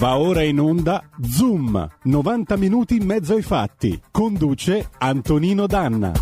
Va ora in onda Zoom, 90 minuti in mezzo ai fatti. Conduce Antonino Danna.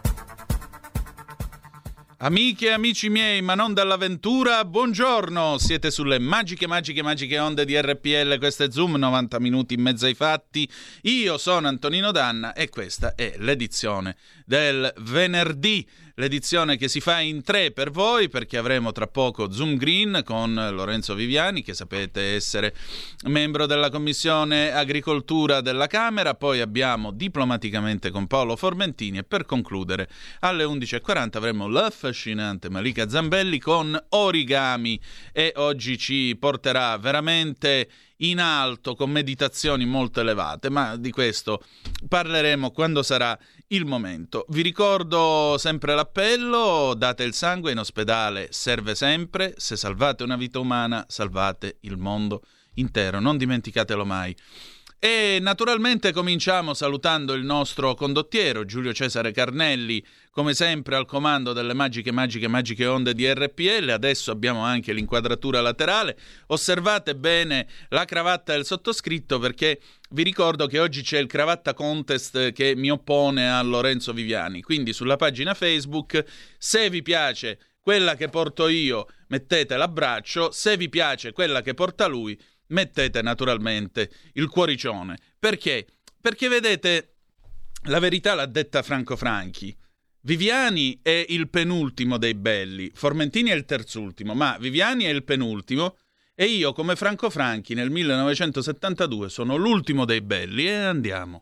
Amiche e amici miei, ma non dall'avventura, buongiorno! Siete sulle magiche onde di RPL, questo è Zoom, 90 minuti in mezzo ai fatti. Io sono Antonino Danna e questa è l'edizione del venerdì, l'edizione che si fa in tre per voi, perché avremo tra poco Zoom Green con Lorenzo Viviani, che sapete essere membro della Commissione Agricoltura della Camera, poi abbiamo Diplomaticamente con Paolo Formentini e per concludere alle 11.40 avremo l'affascinante Malika Zambelli con Origami, e oggi ci porterà veramente in alto con meditazioni molto elevate, ma di questo parleremo quando sarà il momento. Vi ricordo sempre l'appello: date il sangue, in ospedale serve sempre, se salvate una vita umana salvate il mondo intero, non dimenticatelo mai. E naturalmente cominciamo salutando il nostro condottiero Giulio Cesare Carnelli, come sempre al comando delle magiche onde di RPL. Adesso abbiamo anche l'inquadratura laterale. Osservate bene la cravatta del sottoscritto, perché vi ricordo che oggi c'è il cravatta contest che mi oppone a Lorenzo Viviani, quindi sulla pagina Facebook, se vi piace quella che porto io mettete l'abbraccio, se vi piace quella che porta lui mettete naturalmente il cuoricione. Perché? Perché vedete, la verità l'ha detta Franco Franchi: Viviani è il penultimo dei belli, Formentini è il terzultimo, ma Viviani è il penultimo e io, come Franco Franchi nel 1972, sono l'ultimo dei belli. E andiamo.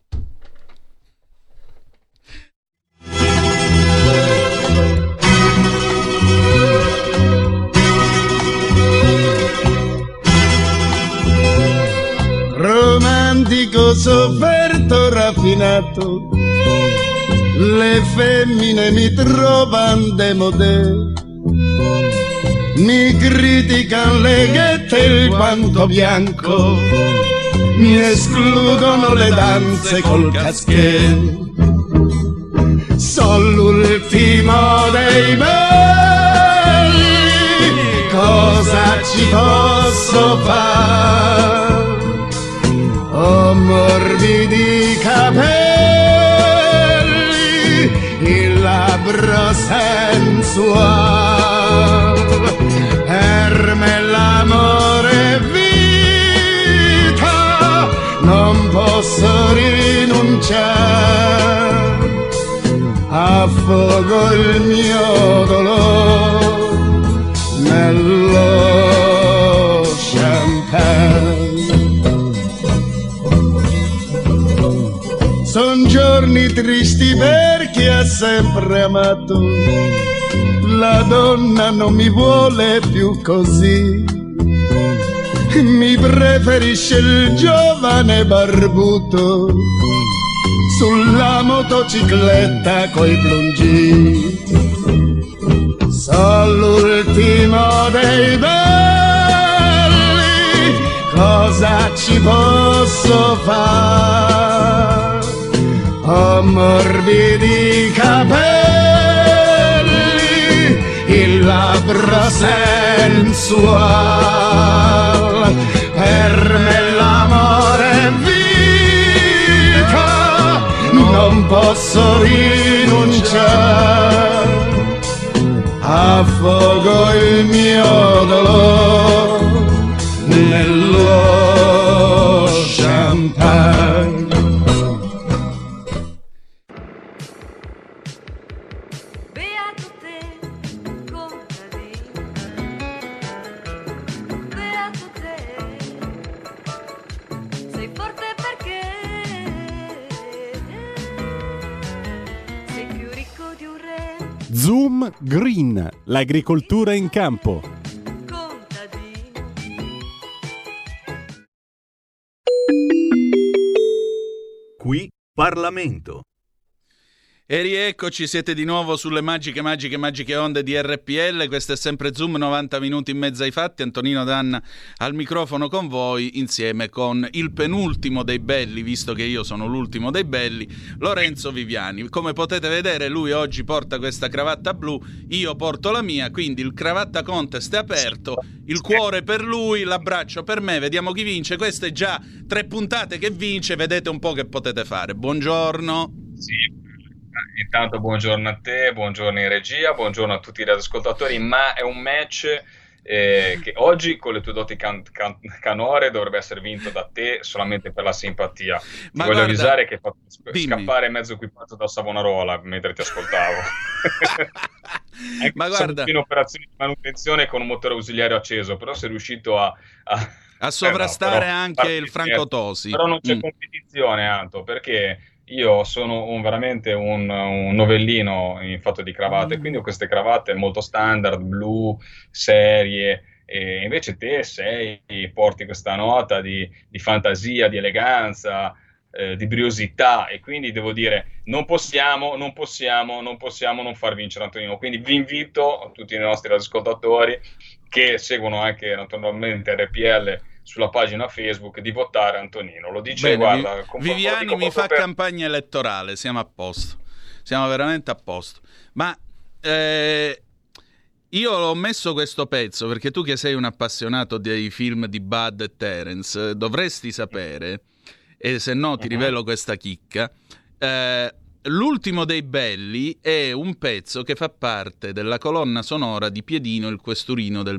Romantico, sofferto, raffinato, le femmine mi trovano demodè, mi criticano le ghette e il guanto bianco, mi escludono le danze col caschetto. Sono l'ultimo dei belli, cosa ci posso fare? Ho morbidi capelli, il labbro sensuale, per me l'amore è vita, non posso rinunciare, affogo il mio dolore nello champagne. Son giorni tristi per chi ha sempre amato, la donna non mi vuole più così, mi preferisce il giovane barbuto sulla motocicletta coi plungini. Sono l'ultimo dei belli, cosa ci posso fare? Ho morbidi capelli, il labbro sensuale, per me l'amore è vita, non posso rinunciare, affogo il mio dolore nello champagne. Zoom Green, l'agricoltura in campo. Qui Parlamento. E rieccoci, siete di nuovo sulle magiche onde di RPL. Questo è sempre Zoom, 90 minuti in mezzo ai fatti. Antonino Danna al microfono con voi, insieme con il penultimo dei belli, visto che io sono l'ultimo dei belli, Lorenzo Viviani. Come potete vedere, lui oggi porta questa cravatta blu, io porto la mia, quindi il cravatta contest è aperto, il cuore per lui, l'abbraccio per me, vediamo chi vince. Queste già 3 puntate che vince, vedete un po' che potete fare. Buongiorno. Sì. Intanto buongiorno a te, buongiorno in regia, buongiorno a tutti gli ascoltatori, ma è un match che oggi con le tue doti canore dovrebbe essere vinto da te solamente per la simpatia. Ma voglio guarda, avvisare che hai fatto dimmi. scappare mezzo equipaggio da Savonarola mentre ti ascoltavo. Ma guarda, in operazione di manutenzione con un motore ausiliario acceso, però sei riuscito a sovrastare però, anche il Franco Tosi. Però non c'è competizione, Anto, perché io sono veramente un novellino in fatto di cravatte, quindi ho queste cravatte molto standard, blu, serie, e invece te porti questa nota di fantasia, di eleganza, di briosità, e quindi devo dire non possiamo non far vincere Antonino. Quindi vi invito, tutti i nostri ascoltatori che seguono anche naturalmente RPL sulla pagina Facebook, di votare Antonino. Lo dice, bene, guarda, Viviani mi fa campagna elettorale, siamo a posto, siamo veramente a posto. Ma io ho messo questo pezzo perché tu, che sei un appassionato dei film di Bud e Terence, dovresti sapere, e se no ti rivelo questa chicca. L'ultimo dei belli è un pezzo che fa parte della colonna sonora di Piedino il Questurino del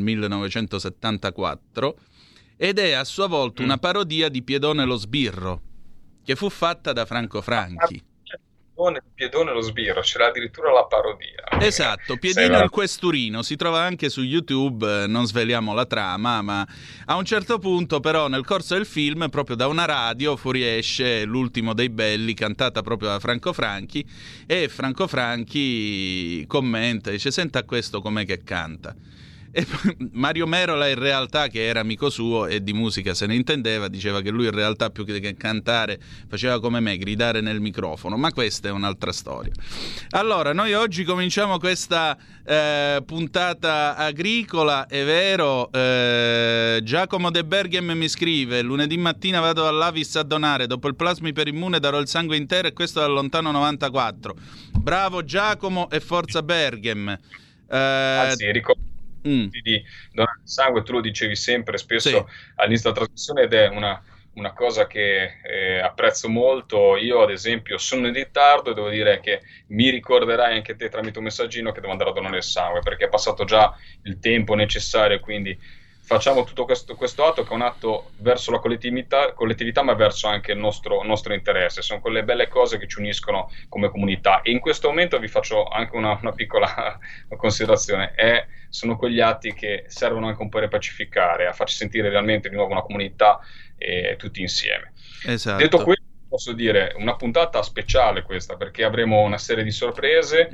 1974, ed è a sua volta una parodia di Piedone lo Sbirro, che fu fatta da Franco Franchi. Piedone lo Sbirro, c'era addirittura la parodia. Esatto, Piedino il Questurino, si trova anche su YouTube, non sveliamo la trama, ma a un certo punto però nel corso del film, proprio da una radio, fuoriesce l'ultimo dei belli, cantata proprio da Franco Franchi, e Franco Franchi commenta, dice: senta questo com'è che canta. E Mario Merola, in realtà, che era amico suo e di musica se ne intendeva, diceva che lui in realtà più che cantare faceva come me, gridare nel microfono, ma questa è un'altra storia. Allora, noi oggi cominciamo questa puntata agricola, è vero. Giacomo De Berghem mi scrive: lunedì mattina vado all'Avis a donare, dopo il plasma iperimmune darò il sangue intero, e questo dal lontano 94. Bravo Giacomo e forza Berghem. Anzi, ricordo di donare il sangue, tu lo dicevi sempre, spesso sì, all'inizio della trasmissione, ed è una cosa che apprezzo molto. Io ad esempio sono in ritardo e devo dire che mi ricorderai anche te tramite un messaggino che devo andare a donare il sangue, perché è passato già il tempo necessario, quindi facciamo tutto questo atto, che è un atto verso la collettività, ma verso anche il nostro interesse. Sono quelle belle cose che ci uniscono come comunità, e in questo momento vi faccio anche una piccola considerazione. Sono quegli atti che servono anche un po' a pacificare, a farci sentire realmente di nuovo una comunità, tutti insieme. Esatto. Detto questo, posso dire una puntata speciale questa, perché avremo una serie di sorprese.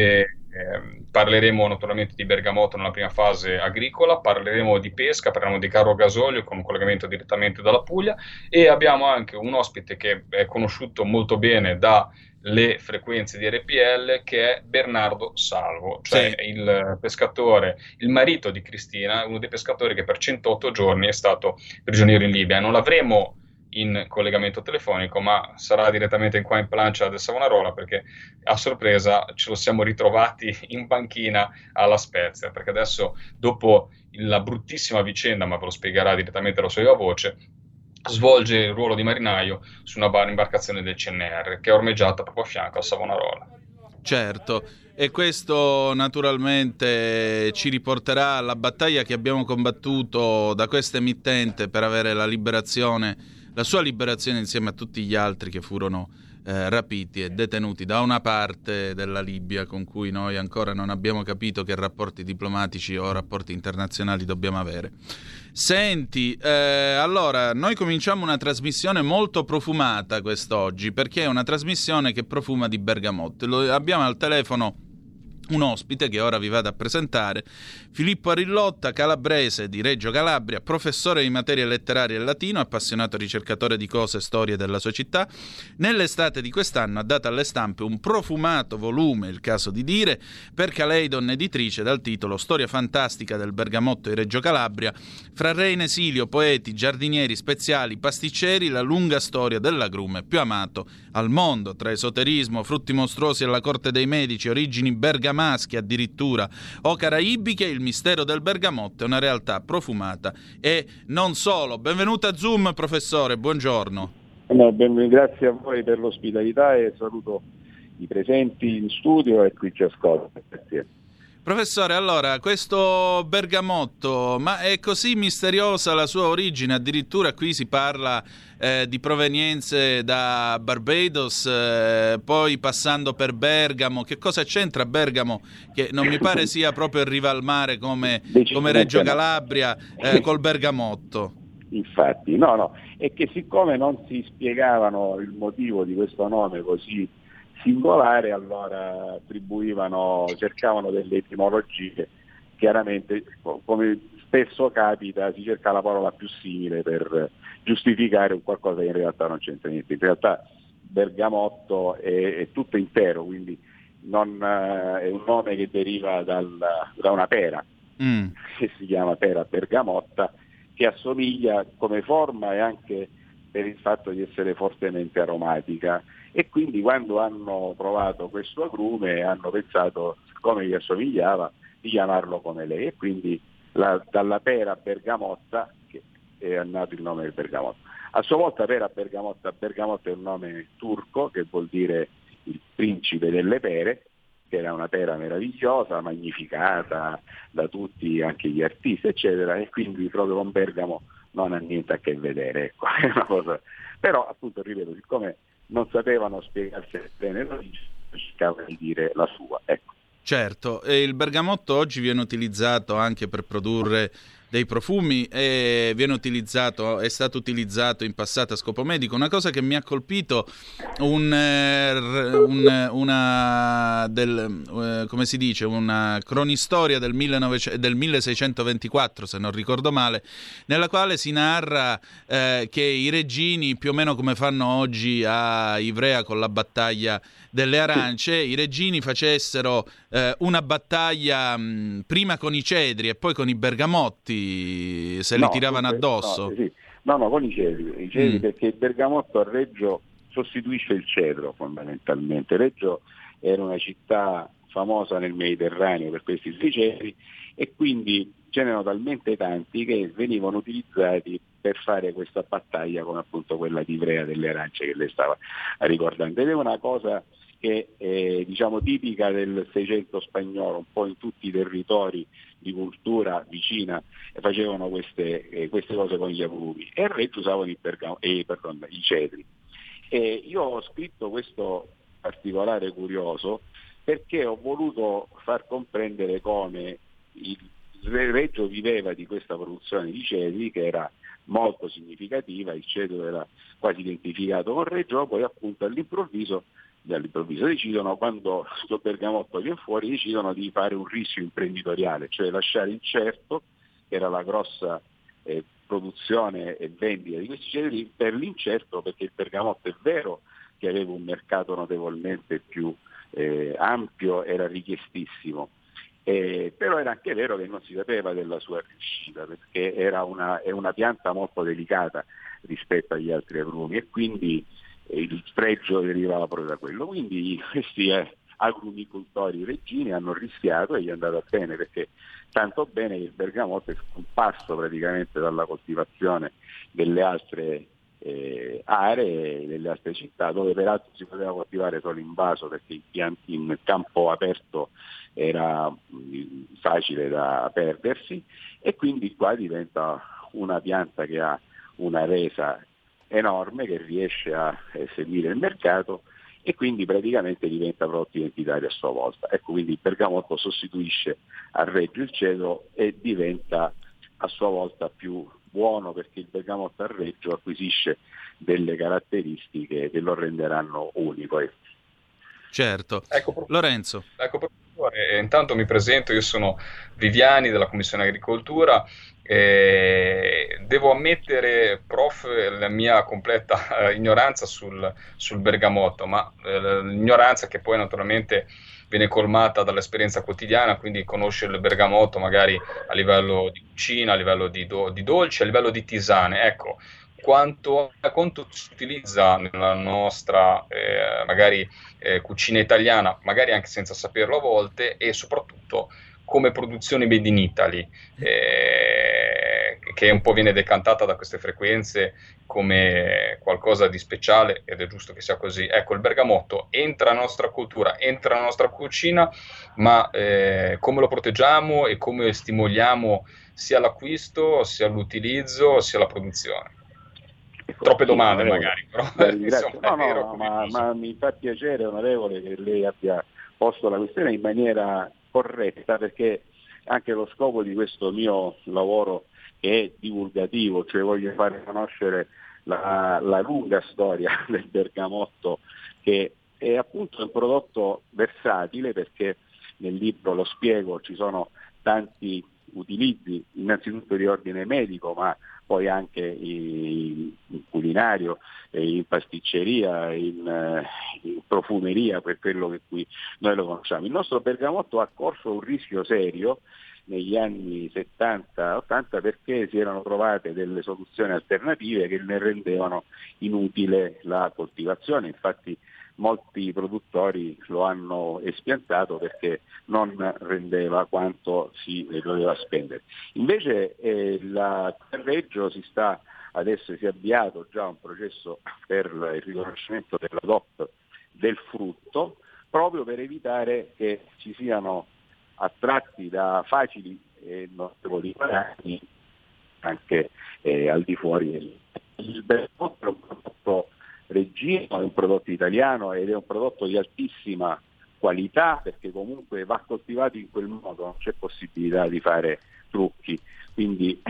Parleremo naturalmente di bergamotto nella prima fase agricola, parleremo di pesca, parleremo di carro gasolio con un collegamento direttamente dalla Puglia, e abbiamo anche un ospite che è conosciuto molto bene dalle frequenze di RPL, che è Bernardo Salvo, cioè sì, il pescatore, il marito di Cristina, uno dei pescatori che per 108 giorni è stato prigioniero in Libia. Non l'avremo in collegamento telefonico, ma sarà direttamente qua in plancia del Savonarola, perché a sorpresa ce lo siamo ritrovati in panchina alla Spezia, perché adesso, dopo la bruttissima vicenda, ma ve lo spiegherà direttamente la sua viva voce, svolge il ruolo di marinaio su una imbarcazione del CNR che è ormeggiata proprio a fianco al Savonarola. Certo, e questo naturalmente ci riporterà alla battaglia che abbiamo combattuto da questa emittente per avere la sua liberazione insieme a tutti gli altri che furono rapiti e detenuti da una parte della Libia con cui noi ancora non abbiamo capito che rapporti diplomatici o rapporti internazionali dobbiamo avere. Senti, allora, noi cominciamo una trasmissione molto profumata quest'oggi, perché è una trasmissione che profuma di bergamotto. Abbiamo al telefono un ospite che ora vi vado a presentare, Filippo Arillotta, calabrese di Reggio Calabria, professore di materie letterarie e latino, appassionato ricercatore di cose e storie della sua città. Nell'estate di quest'anno ha dato alle stampe un profumato volume, il caso di dire, per Caleidon Editrice dal titolo Storia fantastica del bergamotto di Reggio Calabria, fra re in esilio, poeti, giardinieri, speziali, pasticceri, la lunga storia dell'agrume più amato al mondo, tra esoterismo, frutti mostruosi alla corte dei medici, origini bergamasche addirittura o caraibiche, il mistero del bergamotto è una realtà profumata e non solo. Benvenuto a Zoom, professore, buongiorno. Grazie a voi per l'ospitalità e saluto i presenti in studio e qui ci ascolta. Grazie. Professore, allora, questo bergamotto, ma è così misteriosa la sua origine? Addirittura qui si parla di provenienze da Barbados, poi passando per Bergamo. Che cosa c'entra Bergamo, che non mi pare sia proprio in riva al mare come Reggio Calabria, col bergamotto? Infatti, no, è che siccome non si spiegavano il motivo di questo nome così singolare, allora cercavano delle etimologie. Chiaramente, come spesso capita, si cerca la parola più simile per giustificare un qualcosa che in realtà non c'entra niente. In realtà bergamotto è tutto intero, quindi non è un nome che deriva da una pera, che si chiama pera bergamotta, che assomiglia come forma e anche per il fatto di essere fortemente aromatica. E quindi quando hanno provato questo agrume hanno pensato, siccome gli assomigliava, di chiamarlo come lei, e quindi dalla pera bergamotta che è nato il nome del bergamotto. A sua volta pera bergamotta è un nome turco che vuol dire il principe delle pere, che era una pera meravigliosa, magnificata da tutti, anche gli artisti eccetera, e quindi proprio con Bergamo non ha niente a che vedere, ecco. È una cosa. Però appunto, ripeto, siccome non sapevano spiegarsi bene l'origine, cercavano di dire la sua, ecco. Certo, e il bergamotto oggi viene utilizzato anche per produrre dei profumi e è stato utilizzato in passato a scopo medico. Una cosa che mi ha colpito, come si dice, una cronistoria del 1624, se non ricordo male, nella quale si narra che i regini, più o meno come fanno oggi a Ivrea con la battaglia delle arance, i regini facessero una battaglia prima con i cedri e poi con i bergamotti, se li tiravano addosso. No, con i cedri, perché il bergamotto a Reggio sostituisce il cedro fondamentalmente. Reggio era una città famosa nel Mediterraneo per questi cedri e quindi ce n'erano talmente tanti che venivano utilizzati per fare questa battaglia come appunto quella di Ivrea delle arance che lei stava ricordando. Ed è una cosa che è tipica del Seicento spagnolo, un po' in tutti i territori di cultura vicina facevano queste cose con gli agrumi, e a Reggio usavano i cedri. E io ho scritto questo particolare curioso perché ho voluto far comprendere come il Reggio viveva di questa produzione di cedri, che era molto significativa. Il cedro era quasi identificato con Reggio, poi appunto all'improvviso decidono, quando questo bergamotto viene fuori, decidono di fare un rischio imprenditoriale, cioè lasciare incerto, che era la grossa produzione e vendita di questi cedri, per l'incerto, perché il bergamotto è vero che aveva un mercato notevolmente più ampio, era richiestissimo, però era anche vero che non si sapeva della sua riuscita, perché è una pianta molto delicata rispetto agli altri agrumi, e quindi il pregio derivava proprio da quello. Quindi questi agrumicoltori reggini hanno rischiato e gli è andata bene, perché tanto bene che il bergamotto è scomparso praticamente dalla coltivazione delle altre aree, delle altre città, dove peraltro si poteva coltivare solo in vaso, perché in campo aperto era facile da perdersi, e quindi qua diventa una pianta che ha una resa enorme, che riesce a seguire il mercato, e quindi praticamente diventa prodotto identitario a sua volta. Ecco, quindi il bergamotto sostituisce a Reggio il cedro e diventa a sua volta più buono, perché il bergamotto a Reggio acquisisce delle caratteristiche che lo renderanno unico. Certo. Ecco, Lorenzo. ecco, professore, intanto mi presento, io sono Viviani della Commissione Agricoltura. Devo ammettere, prof, la mia completa ignoranza sul bergamotto, ma l'ignoranza che poi naturalmente viene colmata dall'esperienza quotidiana, quindi conoscere il bergamotto magari a livello di cucina, a livello di dolci, a livello di tisane. Ecco, quanto si utilizza nella nostra magari cucina italiana, magari anche senza saperlo a volte, e soprattutto come produzione made in Italy, che un po' viene decantata da queste frequenze come qualcosa di speciale, ed è giusto che sia così. Ecco, il bergamotto entra nella nostra cultura, entra nella nostra cucina, ma come lo proteggiamo e come stimoliamo sia l'acquisto, sia l'utilizzo, sia la produzione? Troppe domande magari, però insomma, ma mi fa piacere, onorevole, che lei abbia posto la questione in maniera corretta, perché anche lo scopo di questo mio lavoro è divulgativo, cioè voglio fare conoscere la lunga storia del bergamotto, che è appunto un prodotto versatile, perché nel libro lo spiego, ci sono tanti utilizzi, innanzitutto di ordine medico, ma poi anche in culinario, in pasticceria, in profumeria, per quello che qui noi lo conosciamo. Il nostro bergamotto ha corso un rischio serio negli anni 70-80 perché si erano trovate delle soluzioni alternative che ne rendevano inutile la coltivazione. Infatti molti produttori lo hanno espiantato perché non rendeva quanto si doveva spendere. Invece a Reggio adesso si è avviato già un processo per il riconoscimento della DOP del frutto, proprio per evitare che ci siano attratti da facili e notevoli guadagni anche al di fuori. Il bergamotto è un prodotto regime, è un prodotto italiano ed è un prodotto di altissima qualità, perché comunque va coltivato in quel modo, non c'è possibilità di fare trucchi, quindi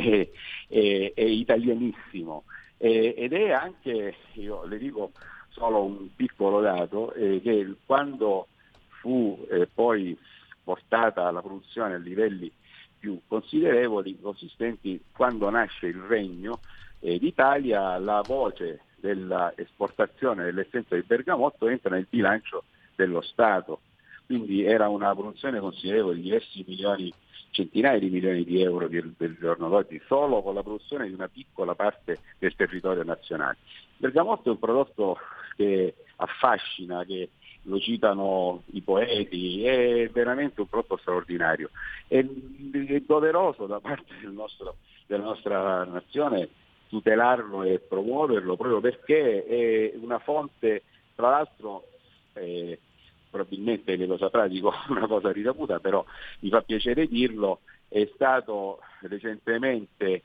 è italianissimo ed è anche, io le dico solo un piccolo dato, che quando fu poi portata la produzione a livelli più considerevoli, consistenti, quando nasce il Regno d'Italia, la voce dell'esportazione dell'essenza di bergamotto entra nel bilancio dello Stato, quindi era una produzione considerevole di diversi milioni, centinaia di milioni di euro del giorno d'oggi, solo con la produzione di una piccola parte del territorio nazionale. Il bergamotto è un prodotto che affascina, che lo citano i poeti, è veramente un prodotto straordinario. È doveroso da parte della nostra nazione tutelarlo e promuoverlo, proprio perché è una fonte, tra l'altro probabilmente lei lo saprà, dico una cosa risaputa, però mi fa piacere dirlo, è stato recentemente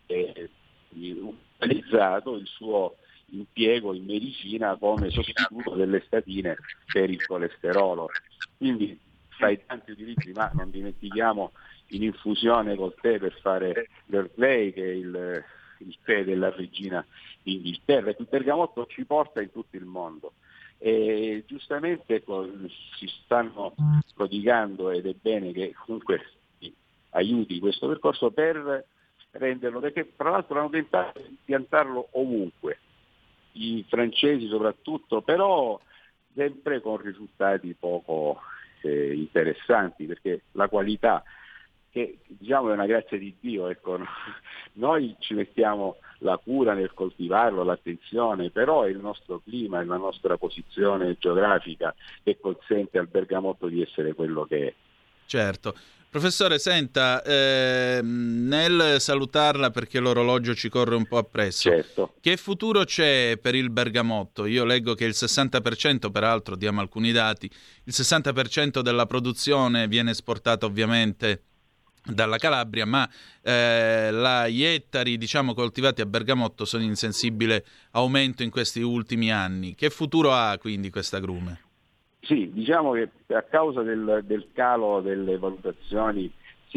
utilizzato il suo impiego in medicina come sostituto delle statine per il colesterolo. Quindi tra i tanti utilizzi, ma non dimentichiamo in infusione col tè per fare l'Earl che è il tè della regina d'Inghilterra. Il bergamotto ci porta in tutto il mondo e giustamente si stanno prodigando, ed è bene che comunque aiuti questo percorso per renderlo, perché tra l'altro hanno tentato di piantarlo ovunque, i francesi soprattutto, però sempre con risultati poco interessanti, perché la qualità, che diciamo è una grazia di Dio, ecco, noi ci mettiamo la cura nel coltivarlo, l'attenzione, però è il nostro clima, è la nostra posizione geografica che consente al bergamotto di essere quello che è. Certo. Professore, senta, nel salutarla perché l'orologio ci corre un po' appresso, certo. Che futuro c'è per il bergamotto? Io leggo che il 60%, peraltro diamo alcuni dati, il 60% della produzione viene esportata ovviamente dalla Calabria, ma gli ettari coltivati a bergamotto sono in sensibile aumento in questi ultimi anni. Che futuro ha quindi questa agrume? Sì, diciamo che a causa del calo delle valutazioni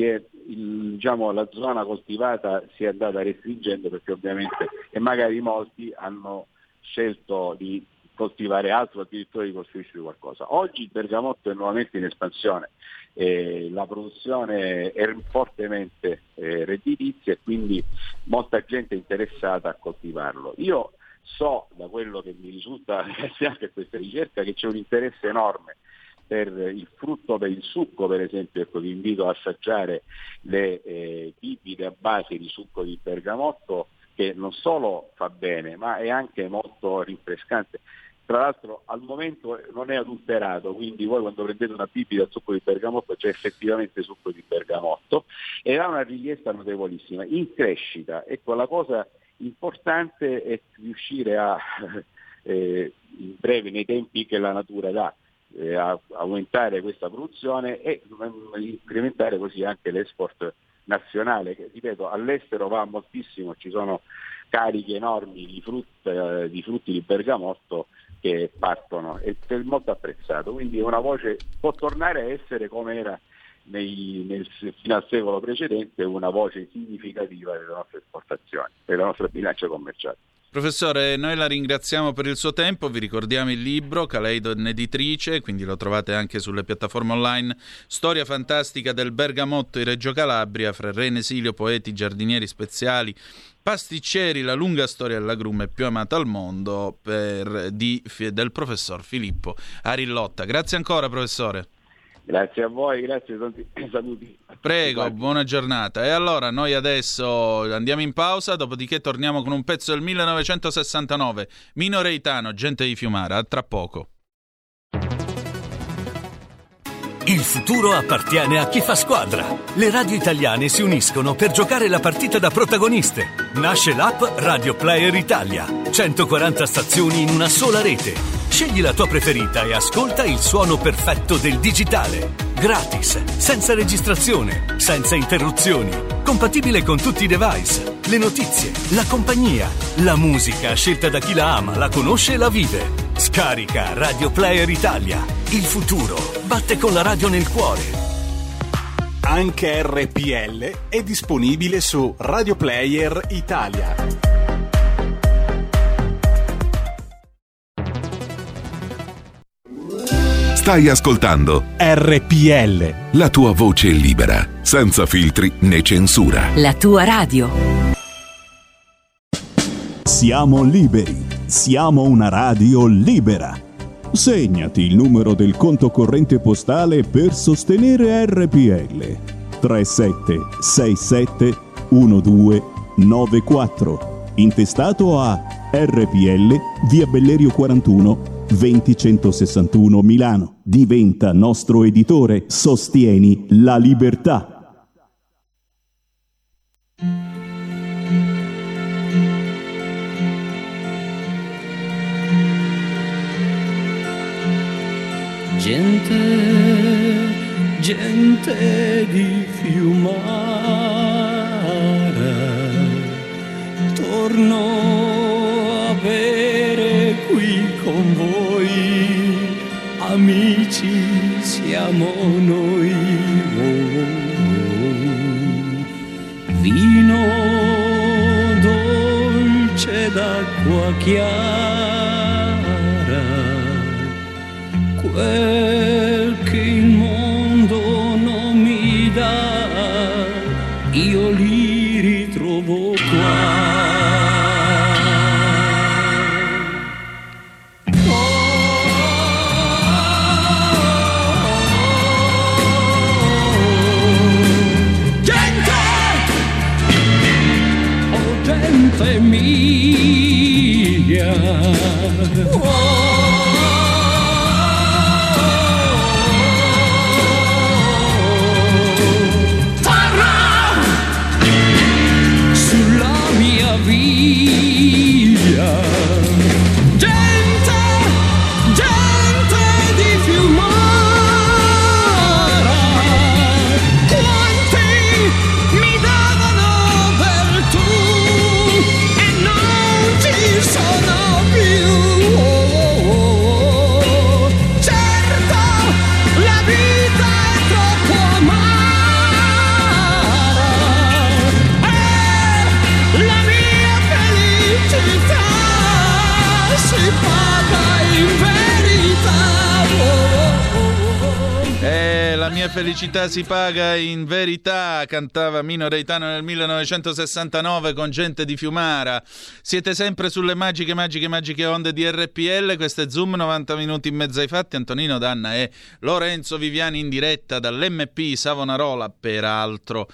la zona coltivata si è andata restringendo, perché ovviamente, e magari molti hanno scelto di coltivare altro, addirittura di costruirsi qualcosa. Oggi il bergamotto è nuovamente in espansione, la produzione è fortemente redditizia e quindi molta gente è interessata a coltivarlo. Io so, da quello che mi risulta grazie anche a questa ricerca, che c'è un interesse enorme per il frutto, per il succo per esempio. Ecco, vi invito a assaggiare le bibite a base di succo di bergamotto, che non solo fa bene ma è anche molto rinfrescante. Tra l'altro al momento non è adulterato, quindi voi quando prendete una bibita al succo di bergamotto c'è effettivamente succo di bergamotto ed ha una richiesta notevolissima, in crescita. Ecco, la cosa importante è riuscire a in breve, nei tempi che la natura dà, a aumentare questa produzione e incrementare così anche l'export nazionale, che ripeto all'estero va moltissimo, ci sono cariche enormi di frutti di bergamotto che partono e è molto apprezzato, quindi una voce può tornare a essere come era fino al secolo precedente, una voce significativa delle nostre esportazioni, della nostra bilancia commerciale. Professore, noi la ringraziamo per il suo tempo, vi ricordiamo il libro Caleido Editrice, quindi lo trovate anche sulle piattaforme online, Storia fantastica del bergamotto in Reggio Calabria, fra re in esilio, poeti, giardinieri speziali, pasticceri, la lunga storia dell'agrume più amata al mondo del professor Filippo Arillotta. Grazie ancora, professore. Grazie a voi, grazie, saluti. Prego, buona giornata. E allora noi adesso andiamo in pausa, dopodiché torniamo con un pezzo del 1969, Mino Reitano, Gente di Fiumara. A tra poco. Il futuro appartiene a chi fa squadra. Le radio italiane si uniscono per giocare la partita da protagoniste. Nasce l'app Radio Player Italia. 140 stazioni in una sola rete. Scegli la tua preferita e ascolta il suono perfetto del digitale. Gratis, senza registrazione, senza interruzioni. Compatibile con tutti i device. Le notizie, la compagnia, la musica scelta da chi la ama, la conosce e la vive. Scarica Radio Player Italia. Il futuro batte con la radio nel cuore. Anche RPL è disponibile su Radio Player Italia. Stai ascoltando RPL, la tua voce libera, senza filtri né censura. La tua radio. Siamo liberi, siamo una radio libera. Segnati il numero del conto corrente postale per sostenere RPL. 37671294. Intestato a RPL, via Bellerio 41, 20161 Milano. Diventa nostro editore. Sostieni la libertà. Gente di Fiumara, torno a bere qui con voi, amici siamo noi. Vino dolce d'acqua chiara, quel che il mondo non mi dà, io li ritrovo qua. Gente! Oh, gente mia! Via. Gente, gente di Fiumara, quanti mi davano per tu e non ci sono più. mia felicità si paga in verità, cantava Mino Reitano nel 1969 con Gente di Fiumara. Siete sempre sulle magiche onde di RPL, questo è Zoom, 90 minuti in mezzo ai fatti. Antonino Danna e Lorenzo Viviani in diretta dall'MP Savonarola, peraltro,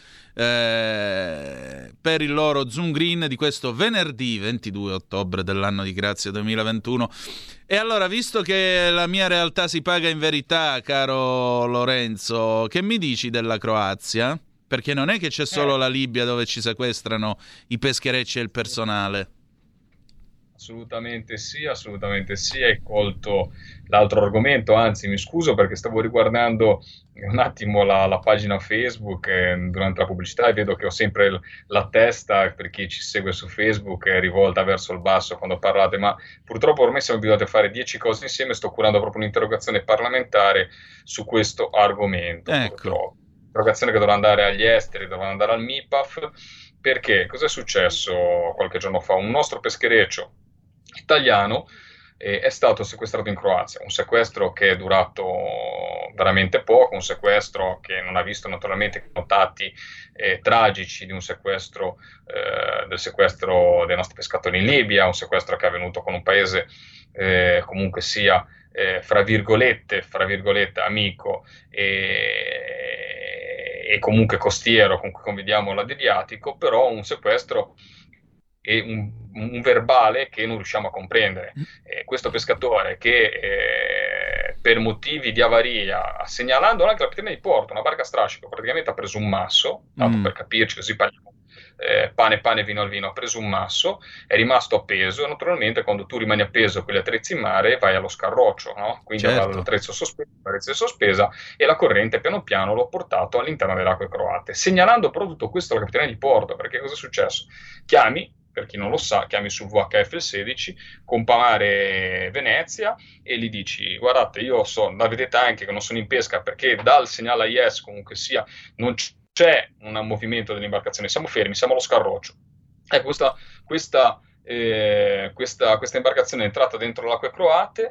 per il loro Zoom Green di questo venerdì 22 ottobre dell'anno di grazia 2021. E allora, visto che la mia realtà si paga in verità, caro Lorenzo, che mi dici della Croazia? Perché non è che c'è solo la Libia dove ci sequestrano i pescherecci e il personale. Assolutamente sì, hai colto l'altro argomento, anzi mi scuso perché stavo riguardando un attimo la pagina Facebook durante la pubblicità e vedo che ho sempre la testa, per chi ci segue su Facebook, è rivolta verso il basso quando parlate, ma purtroppo ormai siamo abituati a fare 10 cose insieme. Sto curando proprio un'interrogazione parlamentare su questo argomento, purtroppo. Interrogazione che dovrà andare agli esteri, dovrà andare al MIPAF, perché cos'è successo qualche giorno fa? Un nostro peschereccio italiano è stato sequestrato in Croazia, un sequestro che è durato veramente poco, un sequestro che non ha visto naturalmente i notati tragici di un sequestro, del sequestro dei nostri pescatori in Libia, un sequestro che è avvenuto con un paese comunque sia fra virgolette amico e comunque costiero, con cui conviviamo l'Adriatico, però un sequestro e un verbale che non riusciamo a comprendere. Questo pescatore che per motivi di avaria, segnalando anche la capitana di porto, una barca strascico, praticamente ha preso un masso, tanto per capirci, così parliamo pane, vino al vino, ha preso un masso, è rimasto appeso, e naturalmente quando tu rimani appeso con gli attrezzi in mare vai allo scarroccio, no? Quindi l'attrezzo sospesa e la corrente piano piano l'ho portato all'interno delle acque croate, segnalando però tutto questo alla capitana di porto, perché cosa è successo? Per chi non lo sa, chiami sul VHF il 16, compare Venezia e gli dici: guardate, io so, la vedete anche che non sono in pesca perché dal segnale AIS comunque sia non c'è un movimento dell'imbarcazione, siamo fermi, siamo allo scarroccio. Ecco, questa imbarcazione è entrata dentro le acque croate,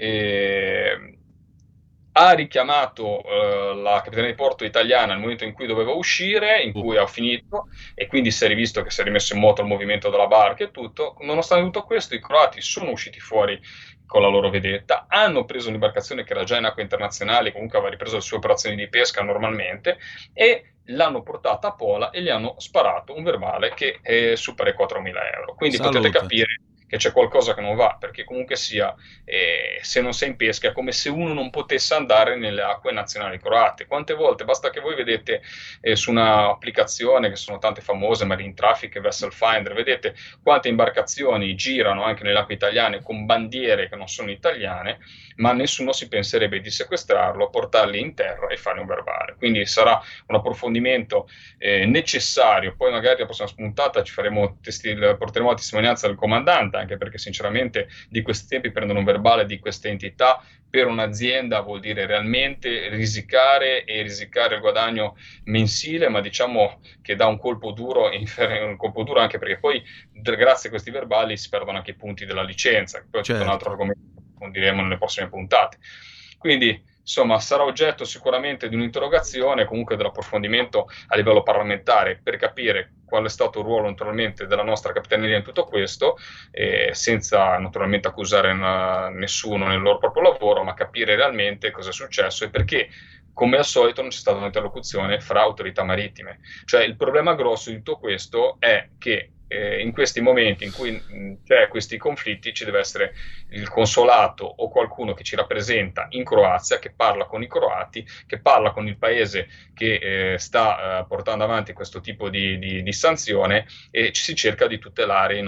ha richiamato la capitania di porto italiana nel momento in cui doveva uscire, in cui ha finito, e quindi si è rivisto che si è rimesso in moto il movimento della barca e tutto. Nonostante tutto questo, i croati sono usciti fuori con la loro vedetta, hanno preso un'imbarcazione che era già in acque internazionali, comunque aveva ripreso le sue operazioni di pesca normalmente, e l'hanno portata a Pola e gli hanno sparato un verbale che supera i 4.000 euro. Quindi potete capire che c'è qualcosa che non va, perché comunque sia, se non sei in pesca è come se uno non potesse andare nelle acque nazionali croate. Quante volte, basta che voi vedete su un'applicazione che sono tante famose, Marine Traffic e Vessel Finder, vedete quante imbarcazioni girano anche nelle acque italiane con bandiere che non sono italiane, ma nessuno si penserebbe di sequestrarlo, portarli in terra e fare un verbale. Quindi sarà un approfondimento necessario. Poi magari la prossima puntata porteremo a testimonianza del comandante, anche perché sinceramente di questi tempi prendere un verbale di questa entità per un'azienda vuol dire realmente risicare il guadagno mensile, ma diciamo che dà un colpo duro anche perché poi grazie a questi verbali si perdono anche i punti della licenza, che poi è un altro argomento che approfondiremo nelle prossime puntate. Quindi insomma sarà oggetto sicuramente di un'interrogazione, comunque dell'approfondimento a livello parlamentare, per capire qual è stato il ruolo naturalmente della nostra capitaneria in tutto questo, senza naturalmente accusare nessuno nel loro proprio lavoro, ma capire realmente cosa è successo e perché, come al solito, non c'è stata un'interlocuzione fra autorità marittime. Cioè il problema grosso di tutto questo è che in questi momenti in cui c'è questi conflitti ci deve essere il consolato o qualcuno che ci rappresenta in Croazia, che parla con i croati, che parla con il paese che sta portando avanti questo tipo di sanzione, e si cerca di tutelare i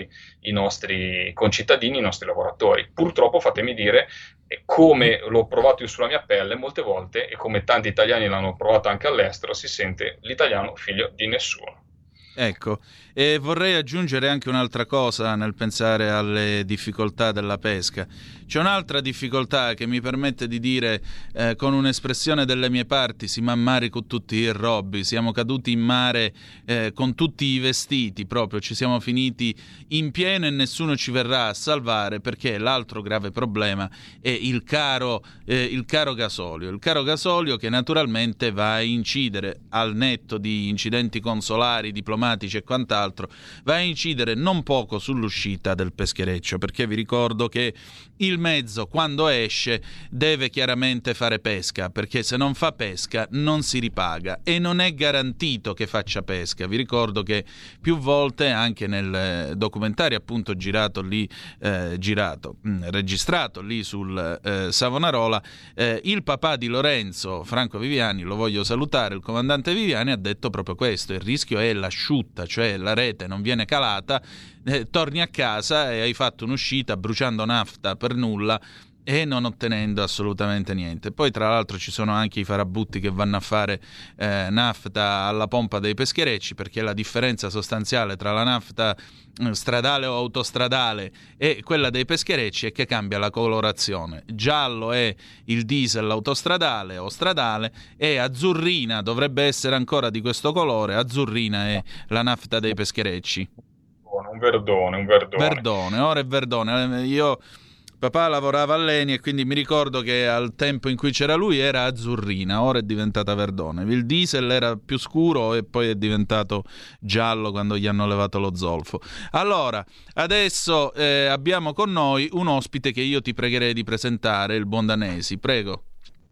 nostri concittadini, i nostri lavoratori. Purtroppo, fatemi dire, come l'ho provato io sulla mia pelle molte volte e come tanti italiani l'hanno provato anche all'estero, si sente l'italiano figlio di nessuno. Ecco, e vorrei aggiungere anche un'altra cosa nel pensare alle difficoltà della pesca. C'è un'altra difficoltà che mi permette di dire con un'espressione delle mie parti: si mammari con tutti i robbi, siamo caduti in mare con tutti i vestiti, proprio ci siamo finiti in pieno e nessuno ci verrà a salvare, perché l'altro grave problema è il caro gasolio. Il caro gasolio che naturalmente va a incidere, al netto di incidenti consolari, diplomatici e quant'altro, va a incidere non poco sull'uscita del peschereccio, perché vi ricordo che il mezzo, quando esce, deve chiaramente fare pesca, perché se non fa pesca non si ripaga e non è garantito che faccia pesca. Vi ricordo che più volte, anche nel documentario appunto registrato lì sul Savonarola, il papà di Lorenzo, Franco Viviani, lo voglio salutare, il comandante Viviani, ha detto proprio questo: il rischio è l'asciutta, cioè la rete non viene calata, torni a casa e hai fatto un'uscita bruciando nafta per nulla e non ottenendo assolutamente niente. Poi tra l'altro ci sono anche i farabutti che vanno a fare nafta alla pompa dei pescherecci, perché la differenza sostanziale tra la nafta stradale o autostradale e quella dei pescherecci è che cambia la colorazione. Giallo è il diesel autostradale o stradale e azzurrina, dovrebbe essere ancora di questo colore, azzurrina è la nafta dei pescherecci. Un verdone. Verdone, ora è verdone. Io papà lavorava all'Eni e quindi mi ricordo che al tempo in cui c'era lui era azzurrina, ora è diventata verdone. Il diesel era più scuro e poi è diventato giallo quando gli hanno levato lo zolfo. Allora, adesso abbiamo con noi un ospite che io ti pregherei di presentare, il buon Danesi. Prego.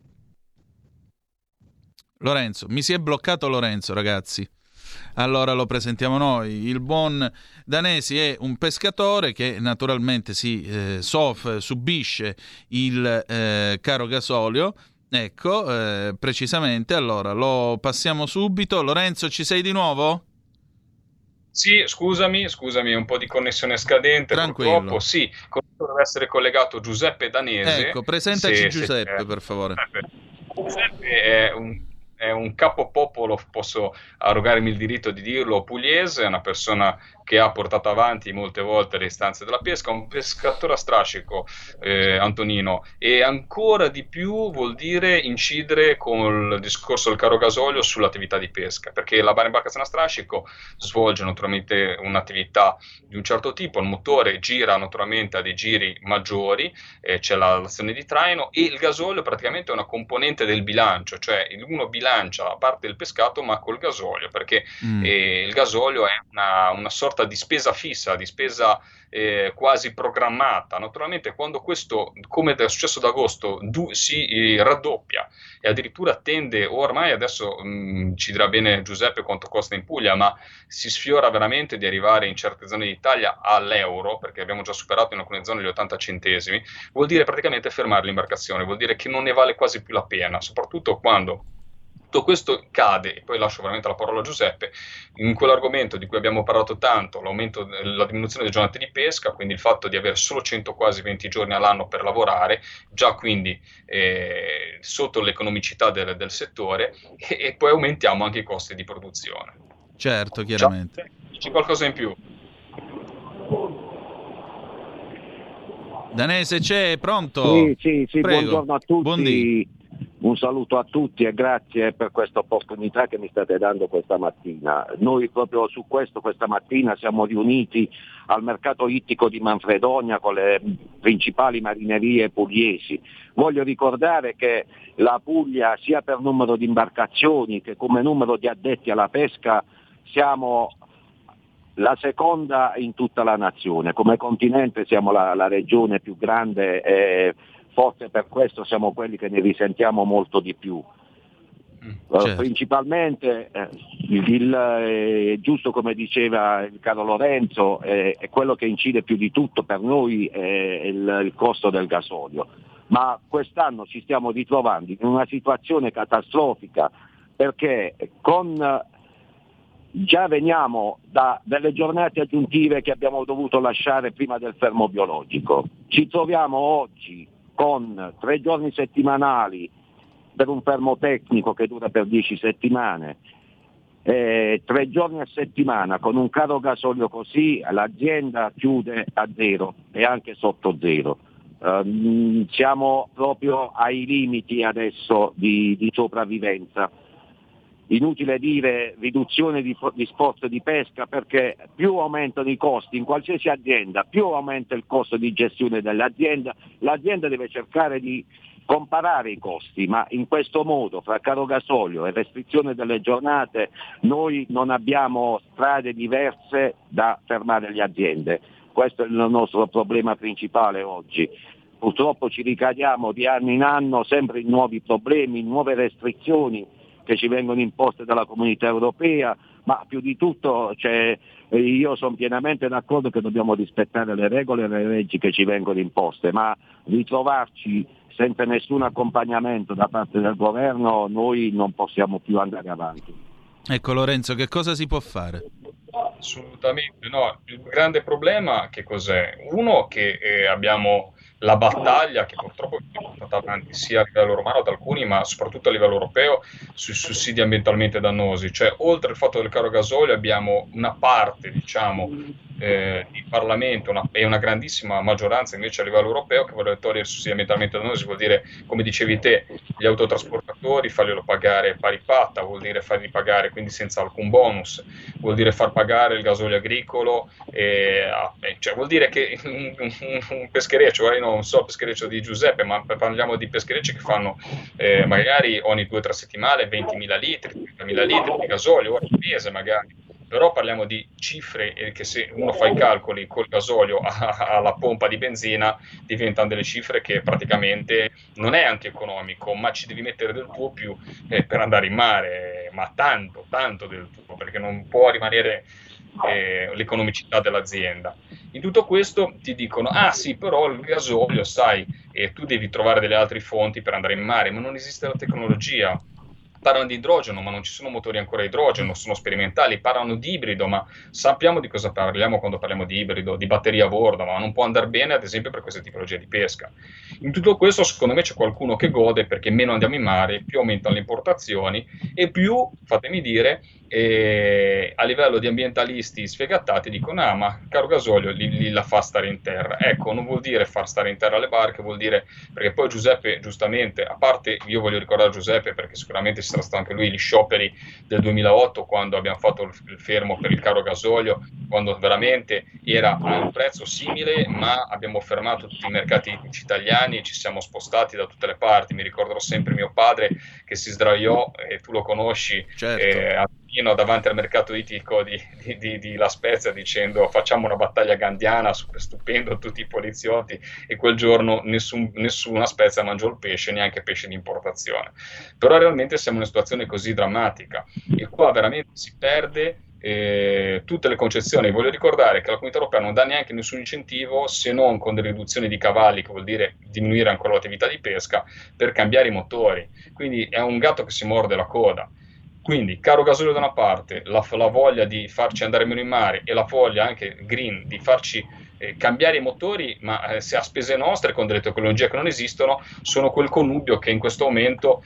Lorenzo, mi si è bloccato Lorenzo, ragazzi. Allora lo presentiamo noi. Il buon Danesi è un pescatore che naturalmente subisce il caro gasolio. Ecco, precisamente. Allora lo passiamo subito. Lorenzo, ci sei di nuovo? Sì, scusami, un po' di connessione scadente. Tranquillo. Purtroppo sì, deve essere collegato Giuseppe Danese. Ecco, presentaci Giuseppe, per favore. Giuseppe è un capopopolo, posso arrogarmi il diritto di dirlo, pugliese, è una persona che ha portato avanti molte volte le istanze della pesca, un pescatore a strascico, Antonino, e ancora di più vuol dire incidere con il discorso del caro gasolio sull'attività di pesca, perché la imbarcazione a strascico svolge naturalmente un'attività di un certo tipo, il motore gira naturalmente a dei giri maggiori, c'è l'azione di traino e il gasolio praticamente è una componente del bilancio, cioè uno bilancia la parte del pescato ma col gasolio, perché il gasolio è una sorta di spesa fissa, di spesa quasi programmata. Naturalmente quando questo, come è successo ad agosto, si raddoppia e addirittura tende, ormai adesso ci dirà bene Giuseppe quanto costa in Puglia, ma si sfiora veramente di arrivare in certe zone d'Italia all'euro, perché abbiamo già superato in alcune zone gli 80 centesimi, vuol dire praticamente fermare l'imbarcazione, vuol dire che non ne vale quasi più la pena, soprattutto quando tutto questo cade, e poi lascio veramente la parola a Giuseppe, in quell'argomento di cui abbiamo parlato tanto, la diminuzione delle giornate di pesca, quindi il fatto di avere solo 100 quasi 20 giorni all'anno per lavorare, già quindi sotto l'economicità del settore, e poi aumentiamo anche i costi di produzione. Certo, chiaramente. C'è qualcosa in più? Danese c'è, pronto? Sì, prego. Buongiorno a tutti. Un saluto a tutti e grazie per questa opportunità che mi state dando questa mattina. Noi proprio su questo questa mattina siamo riuniti al mercato ittico di Manfredonia con le principali marinerie pugliesi. Voglio ricordare che la Puglia, sia per numero di imbarcazioni che come numero di addetti alla pesca, siamo la seconda in tutta la nazione. Come continente siamo la regione più grande e forse per questo siamo quelli che ne risentiamo molto di più. Certo. Principalmente giusto come diceva il caro Lorenzo, è quello che incide più di tutto per noi è il costo del gasolio, ma quest'anno ci stiamo ritrovando in una situazione catastrofica, perché già veniamo da delle giornate aggiuntive che abbiamo dovuto lasciare prima del fermo biologico. Ci troviamo oggi con 3 giorni settimanali per un fermo tecnico che dura per 10 settimane, 3 giorni a settimana con un caro gasolio così l'azienda chiude a zero e anche sotto zero. Siamo proprio ai limiti adesso di sopravvivenza. Inutile dire riduzione di sport di pesca, perché più aumentano i costi in qualsiasi azienda, più aumenta il costo di gestione dell'azienda, l'azienda deve cercare di comparare i costi, ma in questo modo, fra caro gasolio e restrizione delle giornate, noi non abbiamo strade diverse da fermare le aziende. Questo è il nostro problema principale oggi. Purtroppo ci ricadiamo di anno in anno sempre in nuovi problemi, in nuove restrizioni che ci vengono imposte dalla Comunità Europea, ma più di tutto io sono pienamente d'accordo che dobbiamo rispettare le regole e le leggi che ci vengono imposte, ma ritrovarci senza nessun accompagnamento da parte del governo noi non possiamo più andare avanti. Ecco Lorenzo, che cosa si può fare? Assolutamente no, il grande problema che cos'è? Uno che abbiamo la battaglia che purtroppo è portata avanti sia a livello romano da alcuni, ma soprattutto a livello europeo, sui sussidi ambientalmente dannosi. Cioè, oltre al fatto del caro gasolio, abbiamo una parte, diciamo, di Parlamento e una grandissima maggioranza invece a livello europeo che vuole togliere i sussidi ambientalmente dannosi. Vuol dire, come dicevi te, gli autotrasportatori farglielo pagare pari patta, vuol dire farli pagare quindi senza alcun bonus, vuol dire far pagare il gasolio agricolo, cioè vuol dire che un peschereccio, non so il peschereccio di Giuseppe, ma parliamo di pescherecci che fanno magari ogni 2 o 3 settimane 20.000 litri, 30.000 litri di gasolio, ogni mese magari. Però parliamo di cifre che se uno fa i calcoli col gasolio alla pompa di benzina diventano delle cifre che praticamente non è anche economico, ma ci devi mettere del tuo più per andare in mare, ma tanto del tuo, perché non può rimanere l'economicità dell'azienda. In tutto questo ti dicono, ah sì, però il gasolio, sai, tu devi trovare delle altre fonti per andare in mare, ma non esiste la tecnologia. Parlano di idrogeno, ma non ci sono motori ancora a idrogeno, sono sperimentali. Parlano di ibrido, ma sappiamo di cosa parliamo quando parliamo di ibrido, di batteria a bordo, ma non può andare bene ad esempio per queste tipologie di pesca. In tutto questo secondo me c'è qualcuno che gode, perché meno andiamo in mare, più aumentano le importazioni e più, fatemi dire, a livello di ambientalisti sfegatati dicono, ah ma caro gasolio li la fa stare in terra. Ecco, non vuol dire far stare in terra le barche, vuol dire, perché poi Giuseppe giustamente, a parte io voglio ricordare Giuseppe perché sicuramente sarà stato anche lui gli scioperi del 2008 quando abbiamo fatto il fermo per il caro gasolio, quando veramente era a un prezzo simile, ma abbiamo fermato tutti i mercati italiani e ci siamo spostati da tutte le parti. Mi ricorderò sempre mio padre che si sdraiò, e tu lo conosci, certo. Davanti al mercato ittico di La Spezia dicendo facciamo una battaglia gandiana, super stupendo, tutti i poliziotti, e quel giorno nessuna Spezia mangiò il pesce, neanche pesce di importazione. Però realmente siamo in una situazione così drammatica e qua veramente si perde tutte le concezioni. Voglio ricordare che la Comunità Europea non dà neanche nessun incentivo, se non con delle riduzioni di cavalli, che vuol dire diminuire ancora l'attività di pesca, per cambiare i motori. Quindi è un gatto che si morde la coda. Quindi caro gasolio da una parte, la voglia di farci andare meno in mare e la voglia anche green di farci cambiare i motori, ma se a spese nostre con delle tecnologie che non esistono, sono quel connubio che in questo momento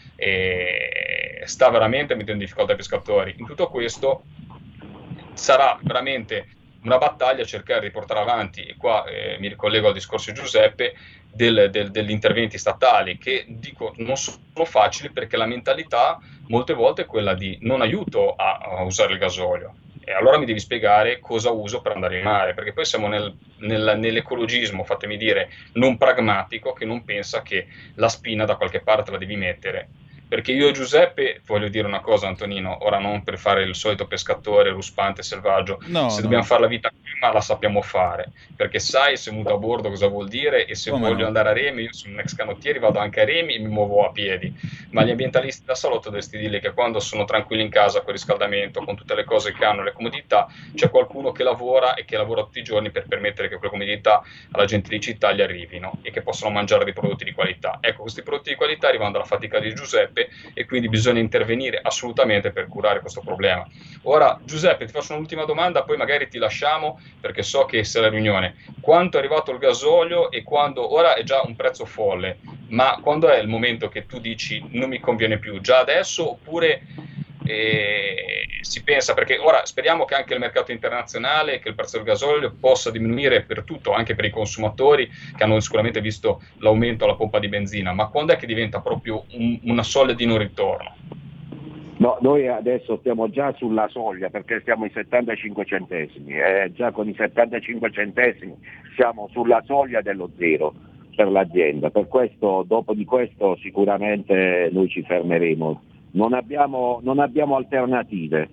sta veramente mettendo in difficoltà i pescatori. In tutto questo sarà veramente una battaglia cercare di portare avanti, e qua mi ricollego al discorso di Giuseppe, degli interventi statali che dico non sono facili, perché la mentalità molte volte è quella di non aiuto a usare il gasolio, e allora mi devi spiegare cosa uso per andare in mare, perché poi siamo nell'ecologismo, fatemi dire, non pragmatico, che non pensa che la spina da qualche parte la devi mettere. Perché io e Giuseppe, voglio dire una cosa Antonino, ora non per fare il solito pescatore ruspante selvaggio, dobbiamo fare la vita prima la sappiamo fare, perché sai se muto a bordo cosa vuol dire, e se voglio andare a remi, io sono un ex canottiere, vado anche a remi e mi muovo a piedi, ma gli ambientalisti da salotto dovresti dirgli che quando sono tranquilli in casa con il riscaldamento, con tutte le cose che hanno, le comodità, c'è qualcuno che lavora e che lavora tutti i giorni per permettere che quelle comodità alla gente di città gli arrivino e che possano mangiare dei prodotti di qualità. Ecco, questi prodotti di qualità arrivano dalla fatica di Giuseppe, e quindi bisogna intervenire assolutamente per curare questo problema. Ora Giuseppe, ti faccio un'ultima domanda, poi magari ti lasciamo perché so che sei alla riunione. Quanto è arrivato il gasolio e quando? Ora è già un prezzo folle, ma quando è il momento che tu dici non mi conviene più? Già adesso, oppure si pensa, perché ora speriamo che anche il mercato internazionale, che il prezzo del gasolio possa diminuire per tutto, anche per i consumatori che hanno sicuramente visto l'aumento alla pompa di benzina, ma quando è che diventa proprio una soglia di non ritorno? No, noi adesso stiamo già sulla soglia perché siamo ai 75 centesimi, già con i 75 centesimi siamo sulla soglia dello zero per l'azienda, per questo, dopo di questo sicuramente noi ci fermeremo, non abbiamo alternative,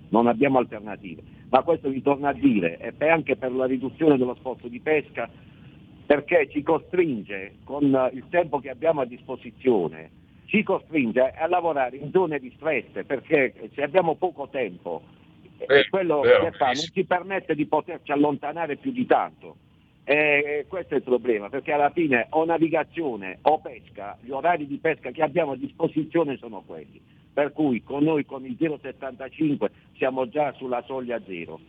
ma questo vi torno a dire, è anche per la riduzione dello sforzo di pesca, perché ci costringe con il tempo che abbiamo a disposizione, ci costringe a lavorare in zone distrette, perché se abbiamo poco tempo, quello che fa non ci permette di poterci allontanare più di tanto. Questo è il problema, perché alla fine o navigazione o pesca, gli orari di pesca che abbiamo a disposizione sono quelli, per cui con noi con il 0,75 siamo già sulla soglia zero.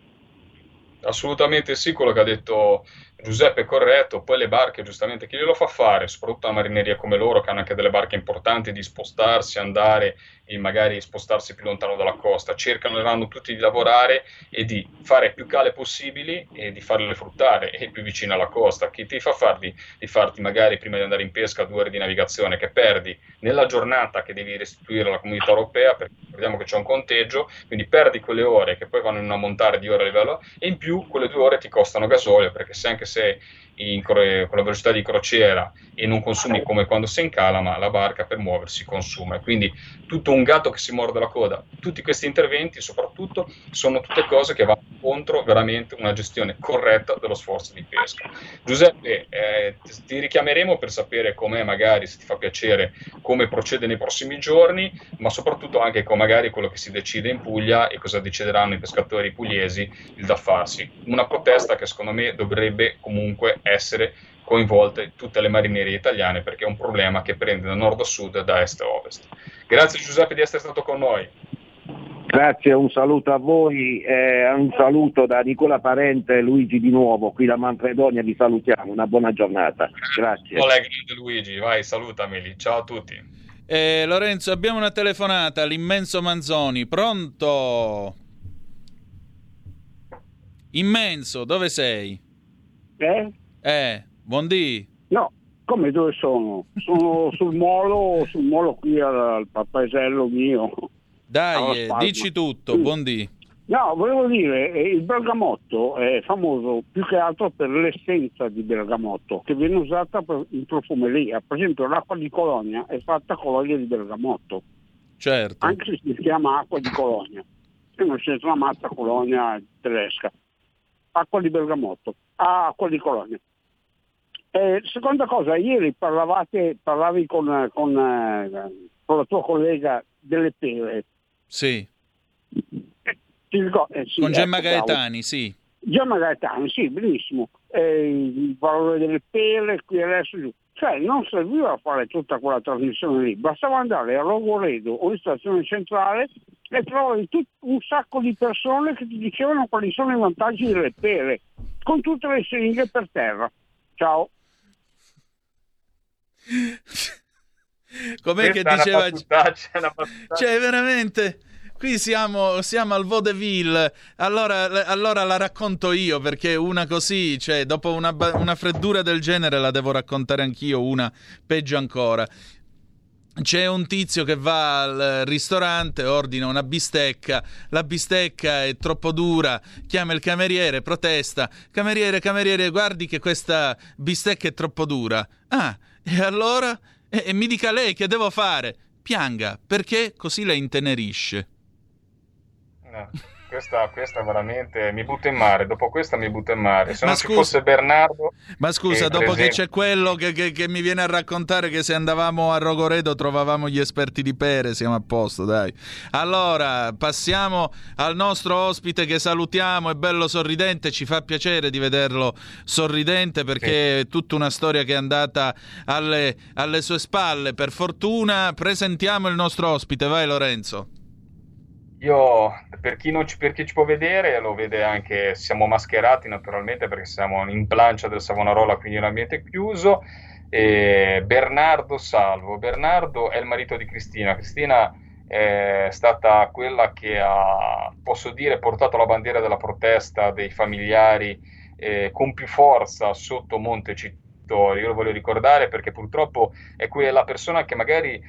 Assolutamente sì, quello che ha detto Giuseppe è corretto, poi le barche giustamente chi glielo fa fare, soprattutto la marineria come loro che hanno anche delle barche importanti di spostarsi, andare e magari spostarsi più lontano dalla costa, cercano tutti di lavorare e di fare più cale possibili e di farle fruttare e più vicino alla costa. Chi ti fa farli di farti magari prima di andare in pesca 2 ore di navigazione che perdi nella giornata che devi restituire alla comunità europea, perché ricordiamo che c'è un conteggio, quindi perdi quelle ore che poi vanno in un ammontare di ore a livello e in più quelle 2 ore ti costano gasolio, perché se anche se con la velocità di crociera e non consumi come quando sei in cala, ma la barca per muoversi consuma, e quindi tutto un gatto che si morde la coda. Tutti questi interventi soprattutto sono tutte cose che vanno contro veramente una gestione corretta dello sforzo di pesca. Giuseppe, ti richiameremo per sapere com'è, magari se ti fa piacere, come procede nei prossimi giorni, ma soprattutto anche con magari quello che si decide in Puglia e cosa decideranno i pescatori pugliesi, il da farsi. Una protesta che secondo me dovrebbe comunque essere coinvolte tutte le marinerie italiane, perché è un problema che prende da nord a sud, da est a ovest. Grazie Giuseppe di essere stato con noi. Grazie, un saluto a voi, un saluto da Nicola Parente, Luigi di nuovo, qui da Manfredonia vi salutiamo, una buona giornata. Grazie. Grande Luigi, vai, salutameli, ciao a tutti. Lorenzo, abbiamo una telefonata, l'immenso Manzoni, pronto? Immenso, dove sei? Buondì. No, come dove sono? Sono sul molo qui al paesello mio. Dai, dici tutto, buondì. No, volevo dire, il bergamotto è famoso più che altro per l'essenza di bergamotto, che viene usata in profumeria. Per esempio l'acqua di Colonia è fatta con l'olio di bergamotto. Certo. Anche se si chiama acqua di Colonia. E non c'è una mazza Colonia tedesca. Acqua di bergamotto, acqua di Colonia. Seconda cosa, ieri parlavi con la tua collega delle pere. Sì. Sì, con Gemma Gaetani, sì. Gemma Gaetani, sì, benissimo. Il valore delle pere, qui adesso giù. Cioè, non serviva a fare tutta quella trasmissione lì, bastava andare a Rogoredo o in stazione centrale e trovavi un sacco di persone che ti dicevano quali sono i vantaggi delle pere, con tutte le siringhe per terra. Ciao. Com'è che diceva? Cioè, veramente... Qui siamo al vaudeville, allora la racconto io, perché una così, cioè dopo una freddura del genere la devo raccontare anch'io, una peggio ancora. C'è un tizio che va al ristorante, ordina una bistecca, la bistecca è troppo dura, chiama il cameriere, protesta, cameriere, guardi che questa bistecca è troppo dura. Ah, e allora? E mi dica lei che devo fare? Pianga, perché così la intenerisce. Questa veramente mi butta in mare. Dopo questa mi butta in mare. Se non ci fosse Bernardo. Ma scusa, dopo che c'è quello che mi viene a raccontare che se andavamo a Rogoredo trovavamo gli esperti di pere, siamo a posto, dai. Allora, passiamo al nostro ospite che salutiamo, è bello sorridente, ci fa piacere di vederlo sorridente perché è tutta una storia che è andata alle sue spalle. Per fortuna presentiamo il nostro ospite, vai Lorenzo. Io, per chi ci può vedere, lo vede anche, siamo mascherati naturalmente perché siamo in plancia del Savonarola, quindi un ambiente chiuso. Bernardo Salvo. Bernardo è il marito di Cristina. Cristina è stata quella che ha, posso dire, portato la bandiera della protesta dei familiari con più forza sotto Montecitorio. Io lo voglio ricordare perché purtroppo è quella persona che magari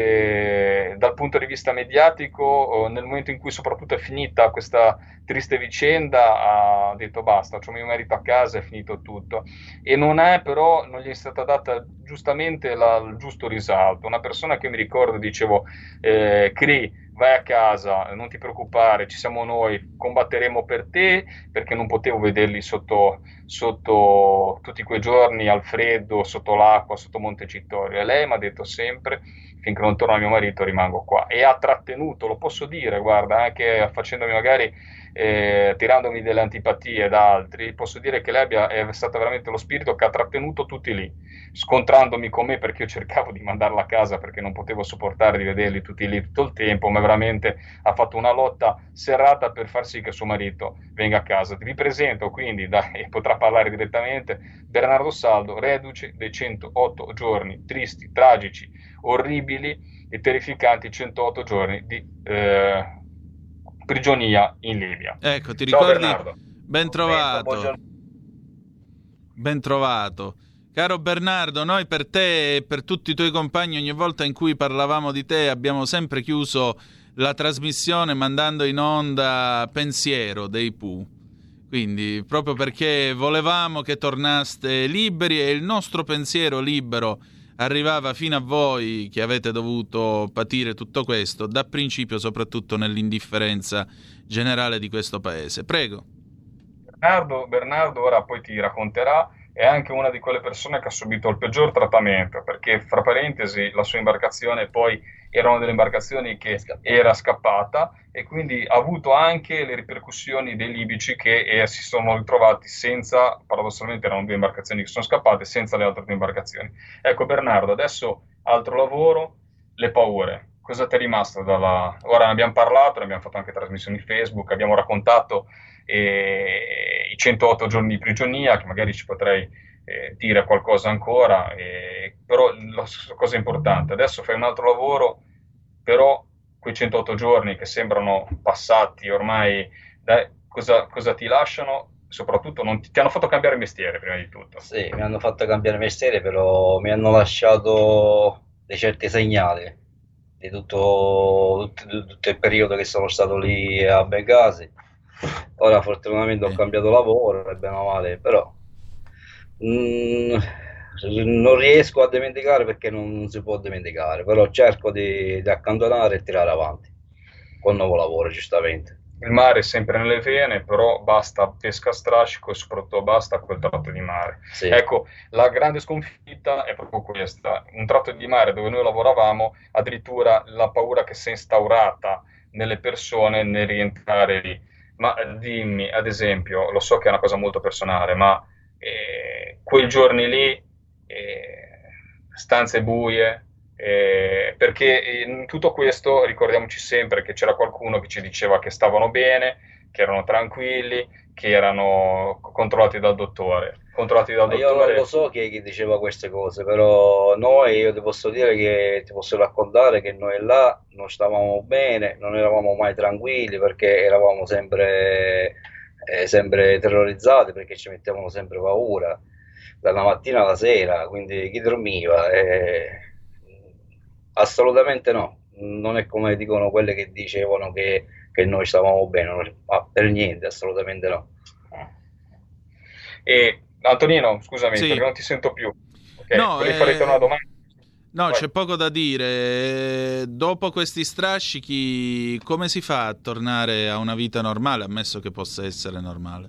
dal punto di vista mediatico, nel momento in cui soprattutto è finita questa triste vicenda, ha detto basta, faccio mio marito a casa, è finito tutto, e non gli è stata data giustamente il giusto risalto. Una persona che mi ricordo, dicevo, Cri, vai a casa, non ti preoccupare, ci siamo noi, combatteremo per te, perché non potevo vederli sotto tutti quei giorni al freddo, sotto l'acqua, sotto Montecitorio, e lei mi ha detto sempre: finché non torna mio marito rimango qua, e ha trattenuto, lo posso dire, guarda, anche facendomi magari tirandomi delle antipatie da altri, posso dire che lei è stato veramente lo spirito che ha trattenuto tutti lì, scontrandomi con me perché io cercavo di mandarla a casa perché non potevo sopportare di vederli tutti lì tutto il tempo, ma veramente ha fatto una lotta serrata per far sì che suo marito venga a casa. Vi presento quindi, e potrà parlare direttamente, Bernardo Saldo, reduce dei 108 giorni tristi, tragici, orribili e terrificanti 108 giorni di prigionia in Libia. Ecco, ti Ciao, ricordi? Bernardo. Ben trovato. Ben trovato. Caro Bernardo, noi per te e per tutti i tuoi compagni, ogni volta in cui parlavamo di te, abbiamo sempre chiuso la trasmissione mandando in onda Pensiero dei Pooh. Quindi, proprio perché volevamo che tornaste liberi, e il nostro pensiero libero arrivava fino a voi che avete dovuto patire tutto questo, da principio soprattutto nell'indifferenza generale di questo paese. Prego. Bernardo ora poi ti racconterà, è anche una di quelle persone che ha subito il peggior trattamento, perché, fra parentesi, la sua imbarcazione poi era una delle imbarcazioni che era scappata, e quindi ha avuto anche le ripercussioni dei libici che si sono ritrovati senza, paradossalmente erano 2 imbarcazioni che sono scappate, senza le altre 2 imbarcazioni. Ecco Bernardo, adesso altro lavoro, le paure. Cosa ti è rimasto Ora ne abbiamo parlato, ne abbiamo fatto anche trasmissioni Facebook, abbiamo raccontato i 108 giorni di prigionia, che magari ci potrei dire qualcosa ancora, però la cosa importante, adesso fai un altro lavoro, però quei 108 giorni che sembrano passati ormai, cosa ti lasciano? Soprattutto ti hanno fatto cambiare mestiere, prima di tutto. Sì, mi hanno fatto cambiare mestiere, però mi hanno lasciato dei certi segnali di tutto il periodo che sono stato lì a Bengasi. Ora fortunatamente ho cambiato lavoro, è bene o male, però non riesco a dimenticare, perché non si può dimenticare, però cerco di accantonare e tirare avanti con nuovo lavoro, giustamente. Il mare è sempre nelle vene, però basta pesca a strascico e soprattutto basta quel tratto di mare. Sì. Ecco, la grande sconfitta è proprio questa, un tratto di mare dove noi lavoravamo, addirittura la paura che si è instaurata nelle persone nel rientrare lì. Ma dimmi, ad esempio, lo so che è una cosa molto personale, ma quei giorni lì, stanze buie, perché in tutto questo ricordiamoci sempre che c'era qualcuno che ci diceva che stavano bene, che erano tranquilli, che erano controllati dal dottore. Io lo so chi diceva queste cose, però io ti posso dire ti posso raccontare che noi là non stavamo bene, non eravamo mai tranquilli, perché eravamo sempre terrorizzati, perché ci mettevano sempre paura dalla mattina alla sera, quindi chi dormiva? Assolutamente no, non è come dicono quelle che dicevano che noi stavamo bene, per niente, assolutamente no. E Antonino, scusami, sì, perché non ti sento più. Okay. No, volevi fare una domanda? No, Vai. c'è poco da dire. Dopo questi strascichi, come si fa a tornare a una vita normale, ammesso che possa essere normale?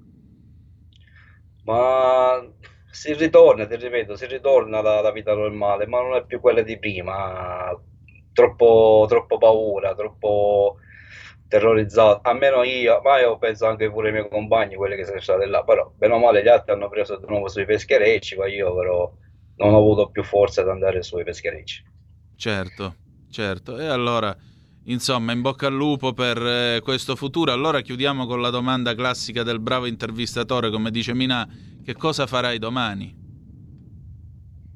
Ma si ritorna, ti ripeto, alla vita normale, ma non è più quella di prima. Troppo paura, troppo terrorizzato, almeno io penso anche pure i miei compagni, quelli che sono stati là, però bene o male gli altri hanno preso di nuovo sui pescherecci, ma io però non ho avuto più forza di andare sui pescherecci. Certo, e allora, insomma, in bocca al lupo per questo futuro. Allora chiudiamo con la domanda classica del bravo intervistatore, come dice Minà: che cosa farai domani?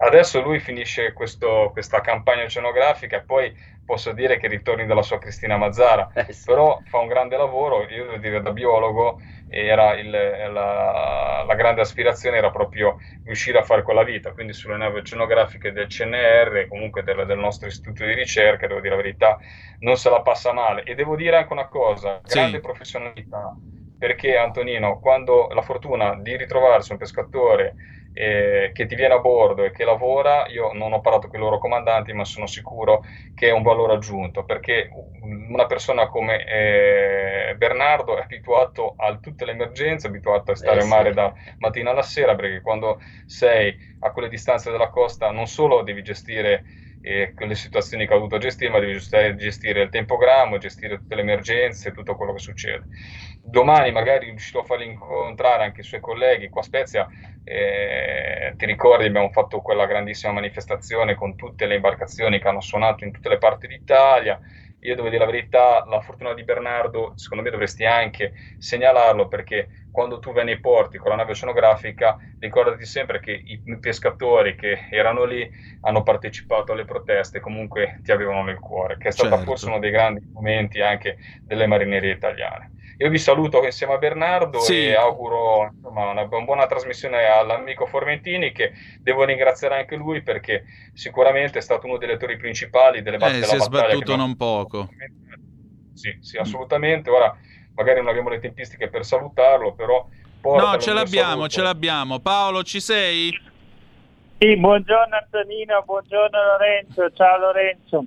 adesso lui finisce questa campagna oceanografica e poi posso dire che ritorni dalla sua Cristina Mazzara, però fa un grande lavoro. Io devo dire, da biologo era la grande aspirazione era proprio riuscire a fare quella vita, quindi sulle navi oceanografiche del CNR, comunque del nostro istituto di ricerca, devo dire la verità, non se la passa male. E devo dire anche una cosa, grande professionalità, perché Antonino, quando la fortuna di ritrovarsi un pescatore che ti viene a bordo e che lavora, io non ho parlato con i loro comandanti, ma sono sicuro che è un valore aggiunto, perché una persona come Bernardo è abituato a tutte le emergenze, è abituato a stare in mare da mattina alla sera, perché quando sei a quelle distanze della costa non solo devi gestire le situazioni che ha dovuto gestire, ma devi gestire il tempogrammo, gestire tutte le emergenze, tutto quello che succede. Domani magari riuscirò a farli incontrare anche i suoi colleghi qua a Spezia. Ti ricordi, abbiamo fatto quella grandissima manifestazione con tutte le imbarcazioni che hanno suonato in tutte le parti d'Italia. Io devo dire la verità, la fortuna di Bernardo, secondo me dovresti anche segnalarlo, perché quando tu vai nei porti con la nave oceanografica, ricordati sempre che i pescatori che erano lì hanno partecipato alle proteste, comunque ti avevano nel cuore, che è stato forse uno dei grandi momenti anche delle marinerie italiane. Io vi saluto insieme a Bernardo e auguro una buona trasmissione all'amico Formentini, che devo ringraziare anche lui, perché sicuramente è stato uno degli attori principali della battaglia. Si è sbattuto non poco. Sì, assolutamente. Ora magari non abbiamo le tempistiche per salutarlo, però... No, ce l'abbiamo. Paolo, ci sei? Sì, buongiorno Antonino, buongiorno Lorenzo, ciao Lorenzo.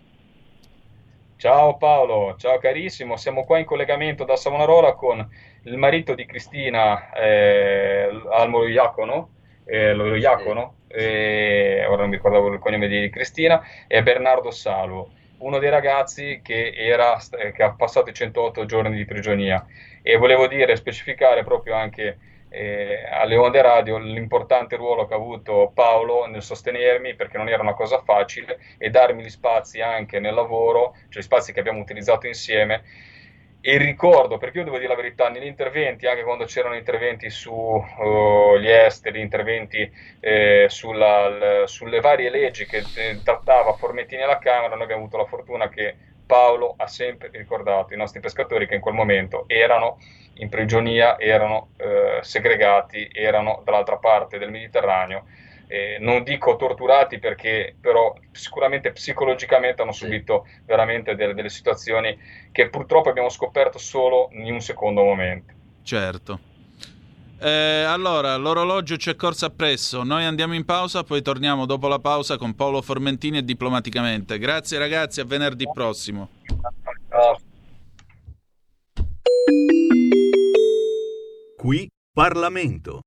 Ciao Paolo, ciao carissimo, siamo qua in collegamento da Savonarola con il marito di Cristina, Almo Iacono, ora non mi ricordavo il cognome di Cristina, e Bernardo Salvo, uno dei ragazzi che ha passato i 108 giorni di prigionia. E volevo specificare proprio anche alle onde radio l'importante ruolo che ha avuto Paolo nel sostenermi, perché non era una cosa facile, e darmi gli spazi anche nel lavoro, cioè gli spazi che abbiamo utilizzato insieme. E ricordo, perché io devo dire la verità, negli interventi, anche quando c'erano interventi sugli esteri, interventi sulle varie leggi che trattava Formentini alla Camera, noi abbiamo avuto la fortuna che Paolo ha sempre ricordato i nostri pescatori che in quel momento erano in prigionia, erano segregati, erano dall'altra parte del Mediterraneo, non dico torturati, perché però sicuramente psicologicamente hanno subito veramente delle situazioni che purtroppo abbiamo scoperto solo in un secondo momento. Certo. Allora, l'orologio ci è corso appresso, noi andiamo in pausa, poi torniamo dopo la pausa con Paolo Formentini e Diplomaticamente. Grazie ragazzi, a venerdì prossimo. Qui Parlamento.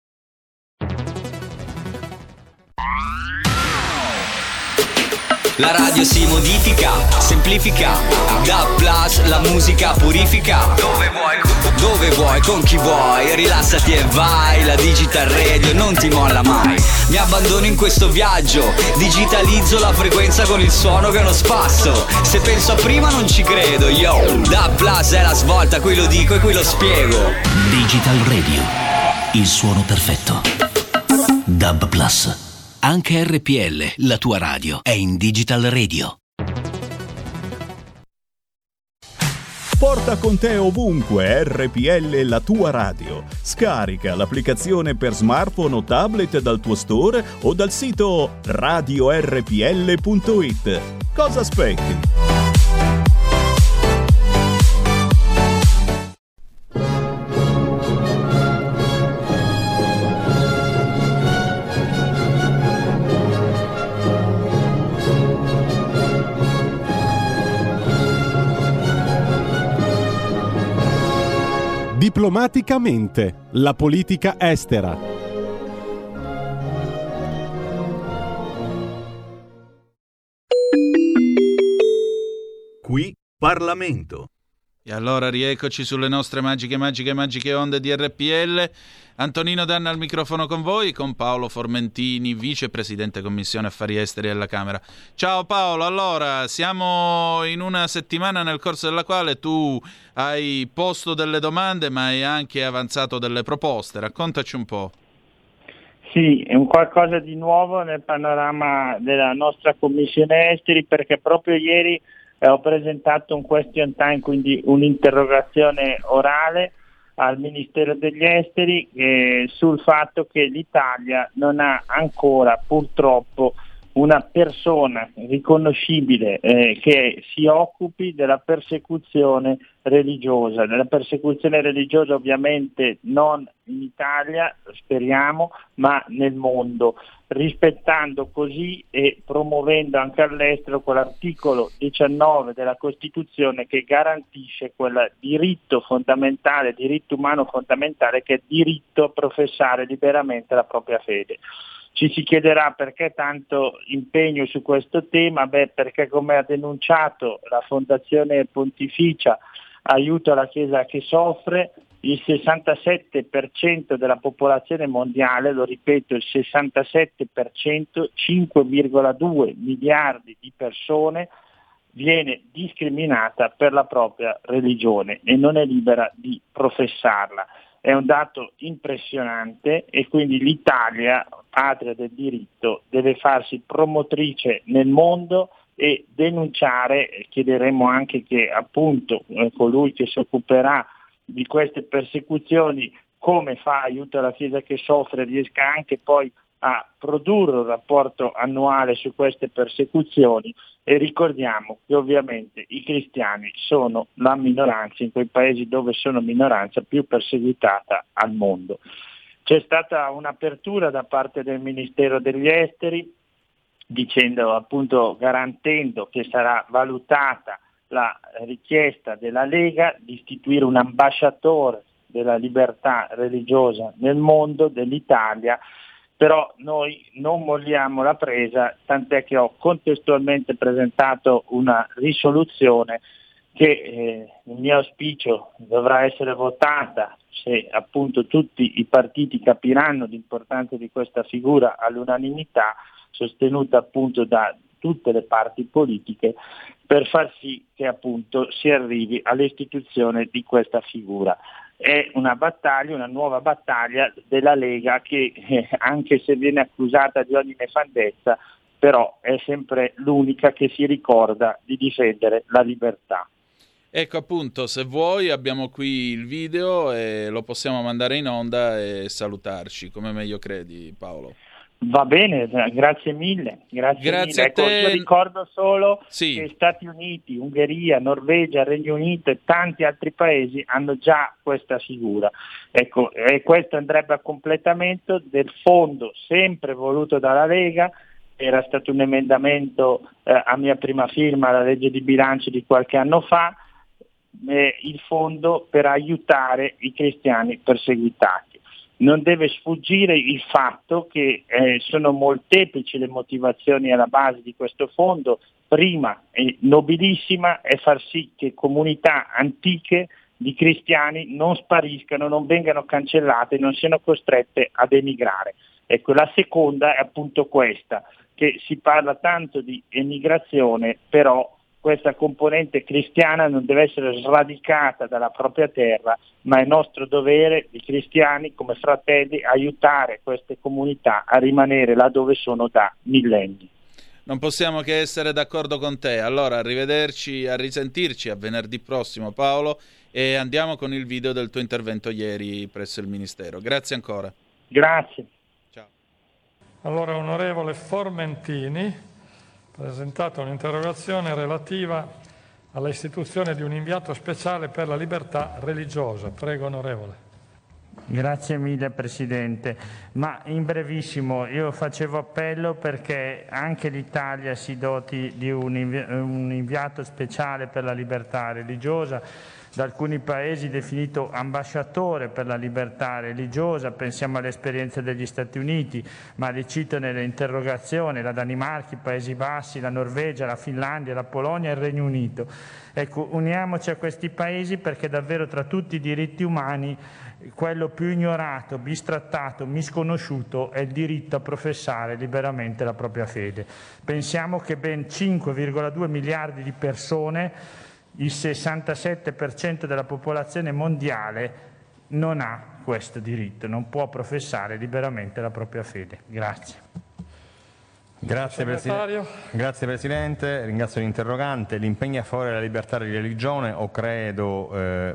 La radio si modifica, semplifica, da plus la musica purifica. Dove vuoi, con chi vuoi, rilassati e vai. La Digital Radio non ti molla mai. Mi abbandono in questo viaggio, digitalizzo la frequenza con il suono che è uno spasso. Se penso a prima non ci credo, yo. Da plus è la svolta, qui lo dico e qui lo spiego. Digital Radio, il suono perfetto. Dub Plus. Anche RPL, la tua radio, è in Digital Radio. Porta con te ovunque RPL, la tua radio. Scarica l'applicazione per smartphone o tablet dal tuo store o dal sito radiorpl.it. Cosa aspetti? Diplomaticamente, la politica estera. Qui Parlamento. E allora rieccoci sulle nostre magiche onde di RPL. Antonino Danna al microfono con voi, con Paolo Formentini, vicepresidente Commissione Affari Esteri della Camera. Ciao Paolo, allora siamo in una settimana nel corso della quale tu hai posto delle domande ma hai anche avanzato delle proposte, raccontaci un po'. Sì, è un qualcosa di nuovo nel panorama della nostra Commissione Esteri, perché proprio ieri ho presentato un question time, quindi un'interrogazione orale al Ministero degli Esteri sul fatto che l'Italia non ha ancora purtroppo una persona riconoscibile che si occupi della persecuzione religiosa. Della persecuzione religiosa ovviamente non in Italia, speriamo, ma nel mondo, rispettando così e promuovendo anche all'estero quell'articolo 19 della Costituzione che garantisce quel diritto fondamentale, diritto umano fondamentale, che è il diritto a professare liberamente la propria fede. Ci si chiederà perché tanto impegno su questo tema, perché come ha denunciato la Fondazione Pontificia Aiuto alla Chiesa che soffre, il 67% della popolazione mondiale, lo ripeto, il 67%, 5,2 miliardi di persone, viene discriminata per la propria religione e non è libera di professarla. È un dato impressionante e quindi l'Italia, patria del diritto, deve farsi promotrice nel mondo e denunciare. Chiederemo anche che appunto colui che si occuperà di queste persecuzioni, come fa Aiuto alla Chiesa che soffre, riesca anche poi a produrre un rapporto annuale su queste persecuzioni. E ricordiamo che ovviamente i cristiani sono la minoranza, in quei paesi dove sono minoranza, più perseguitata al mondo. C'è stata un'apertura da parte del Ministero degli Esteri, dicendo appunto, garantendo che sarà valutata la richiesta della Lega di istituire un ambasciatore della libertà religiosa nel mondo dell'Italia. Però noi non molliamo la presa, tant'è che ho contestualmente presentato una risoluzione che il mio auspicio dovrà essere votata se appunto tutti i partiti capiranno l'importanza di questa figura all'unanimità, sostenuta appunto da tutte le parti politiche, per far sì che appunto si arrivi all'istituzione di questa figura. È una battaglia, una nuova battaglia della Lega che anche se viene accusata di ogni nefandezza, però è sempre l'unica che si ricorda di difendere la libertà. Ecco appunto, se vuoi abbiamo qui il video e lo possiamo mandare in onda e salutarci, come meglio credi, Paolo. Va bene, grazie mille. Grazie mille. a te. Ecco, io ricordo solo sì, che Stati Uniti, Ungheria, Norvegia, Regno Unito e tanti altri paesi hanno già questa figura. Ecco, e questo andrebbe a completamento del fondo sempre voluto dalla Lega. Era stato un emendamento a mia prima firma alla legge di bilancio di qualche anno fa, il fondo per aiutare i cristiani perseguitati. Non deve sfuggire il fatto che sono molteplici le motivazioni alla base di questo fondo. Prima e nobilissima è far sì che comunità antiche di cristiani non spariscano, non vengano cancellate, non siano costrette ad emigrare. Ecco, la seconda è appunto questa, che si parla tanto di emigrazione, però questa componente cristiana non deve essere sradicata dalla propria terra, ma è nostro dovere di cristiani come fratelli aiutare queste comunità a rimanere là dove sono da millenni. Non possiamo che essere d'accordo con te. Allora, arrivederci, a risentirci a venerdì prossimo, Paolo, e andiamo con il video del tuo intervento ieri presso il Ministero. Grazie ancora. Grazie. Ciao. Allora, onorevole Formentini, presentato un'interrogazione relativa alla istituzione di un inviato speciale per la libertà religiosa. Prego, onorevole. Grazie mille Presidente, ma in brevissimo io facevo appello perché anche l'Italia si doti di un inviato speciale per la libertà religiosa, da alcuni paesi definito ambasciatore per la libertà religiosa. Pensiamo alle esperienze degli Stati Uniti, ma li cito nell'interrogazione: la Danimarca, i Paesi Bassi, la Norvegia, la Finlandia, la Polonia e il Regno Unito. Ecco, uniamoci a questi paesi perché davvero tra tutti i diritti umani quello più ignorato, bistrattato, misconosciuto è il diritto a professare liberamente la propria fede. Pensiamo che ben 5,2 miliardi di persone, il 67% della popolazione mondiale, non ha questo diritto, non può professare liberamente la propria fede. Grazie. Grazie Presidente, ringrazio l'interrogante. L'impegno a favore della libertà di religione o credo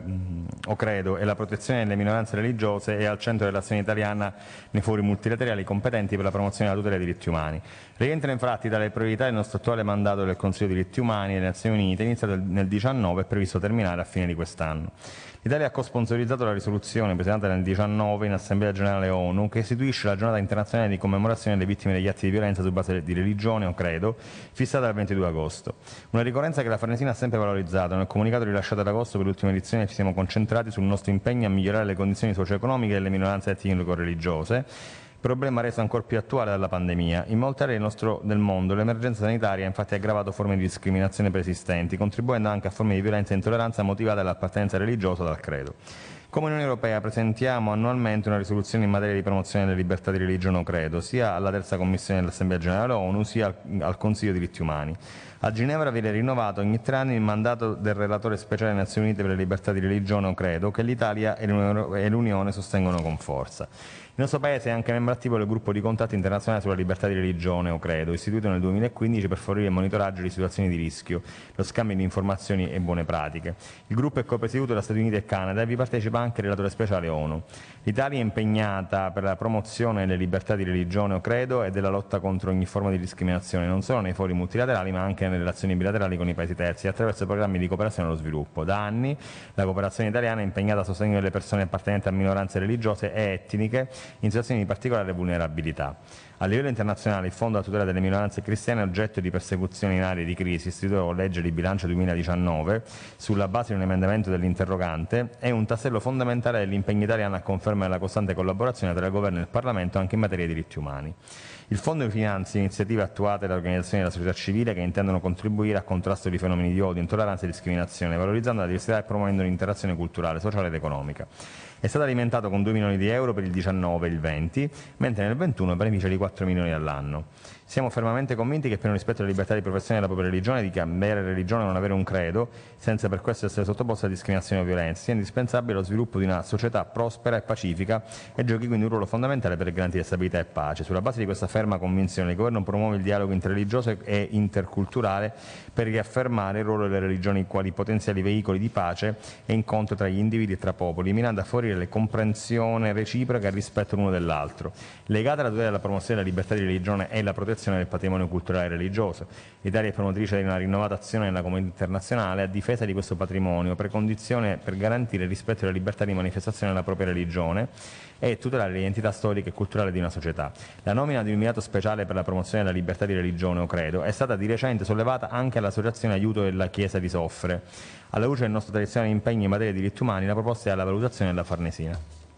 e la protezione delle minoranze religiose è al centro dell'azione italiana nei fori multilaterali competenti per la promozione e la tutela dei diritti umani. Rientra infatti tra le priorità del nostro attuale mandato del Consiglio dei diritti umani delle Nazioni Unite, iniziato nel 2019 e previsto terminare a fine di quest'anno. L'Italia ha co-sponsorizzato la risoluzione presentata nel 2019 in Assemblea Generale ONU che istituisce la giornata internazionale di commemorazione delle vittime degli atti di violenza su base di religione o credo, fissata il 22 agosto. Una ricorrenza che la Farnesina ha sempre valorizzato. Nel comunicato rilasciato ad agosto per l'ultima edizione ci siamo concentrati sul nostro impegno a migliorare le condizioni socio-economiche delle minoranze etnico-religiose, problema reso ancora più attuale dalla pandemia. In molte aree del mondo l'emergenza sanitaria ha infatti aggravato forme di discriminazione persistenti, contribuendo anche a forme di violenza e intolleranza motivate dall'appartenenza religiosa o dal credo. Come Unione Europea presentiamo annualmente una risoluzione in materia di promozione delle libertà di religione o credo, sia alla terza commissione dell'Assemblea Generale ONU sia al Consiglio dei diritti umani. A Ginevra viene rinnovato ogni 3 anni il mandato del relatore speciale delle Nazioni Unite per le libertà di religione o credo, che l'Italia e l'Unione sostengono con forza. Il nostro Paese è anche membro attivo del gruppo di contatti internazionale sulla libertà di religione o credo, istituito nel 2015 per favorire il monitoraggio di situazioni di rischio, lo scambio di informazioni e buone pratiche. Il gruppo è copresieduto da Stati Uniti e Canada e vi partecipa anche il relatore speciale ONU. L'Italia è impegnata per la promozione delle libertà di religione o credo e della lotta contro ogni forma di discriminazione, non solo nei fori multilaterali ma anche nelle relazioni bilaterali con i paesi terzi, attraverso programmi di cooperazione allo sviluppo. Da anni la cooperazione italiana è impegnata a sostegno delle persone appartenenti a minoranze religiose e etniche in situazioni di particolare vulnerabilità. A livello internazionale il Fondo a tutela delle minoranze cristiane è oggetto di persecuzione in aree di crisi, istituito con legge di bilancio 2019, sulla base di un emendamento dell'interrogante, è un tassello fondamentale dell'impegno italiano a conferma della costante collaborazione tra il Governo e il Parlamento anche in materia di diritti umani. Il Fondo finanzia iniziative attuate da organizzazioni della società civile che intendono contribuire al contrasto di fenomeni di odio, intolleranza e discriminazione, valorizzando la diversità e promuovendo l'interazione culturale, sociale ed economica. È stato alimentato con 2 milioni di euro per il 19 e il 20, mentre nel 21 beneficia di 4 milioni all'anno. Siamo fermamente convinti che per un rispetto alla libertà di professione della propria religione, di cambiare religione o non avere un credo, senza per questo essere sottoposto a discriminazione o violenza, sia indispensabile lo sviluppo di una società prospera e pacifica e giochi quindi un ruolo fondamentale per garantire stabilità e pace. Sulla base di questa ferma convinzione il Governo promuove il dialogo interreligioso e interculturale per riaffermare il ruolo delle religioni quali potenziali veicoli di pace e incontro tra gli individui e tra popoli, mirando a favorire la comprensione reciproca e il rispetto l'uno dell'altro. Legata alla tutela della promozione della libertà di religione e la protezione del patrimonio culturale e religioso. L'Italia è promotrice di una rinnovata azione nella comunità internazionale a difesa di questo patrimonio, precondizione per garantire il rispetto della libertà di manifestazione della propria religione e tutelare l'identità storica e culturale di una società. La nomina di un inviato speciale per la promozione della libertà di religione o credo è stata di recente sollevata anche all'Associazione Aiuto della Chiesa di Soffre. Alla luce del nostro tradizionale impegno in materia di diritti umani, la proposta è alla valutazione della Farnesina.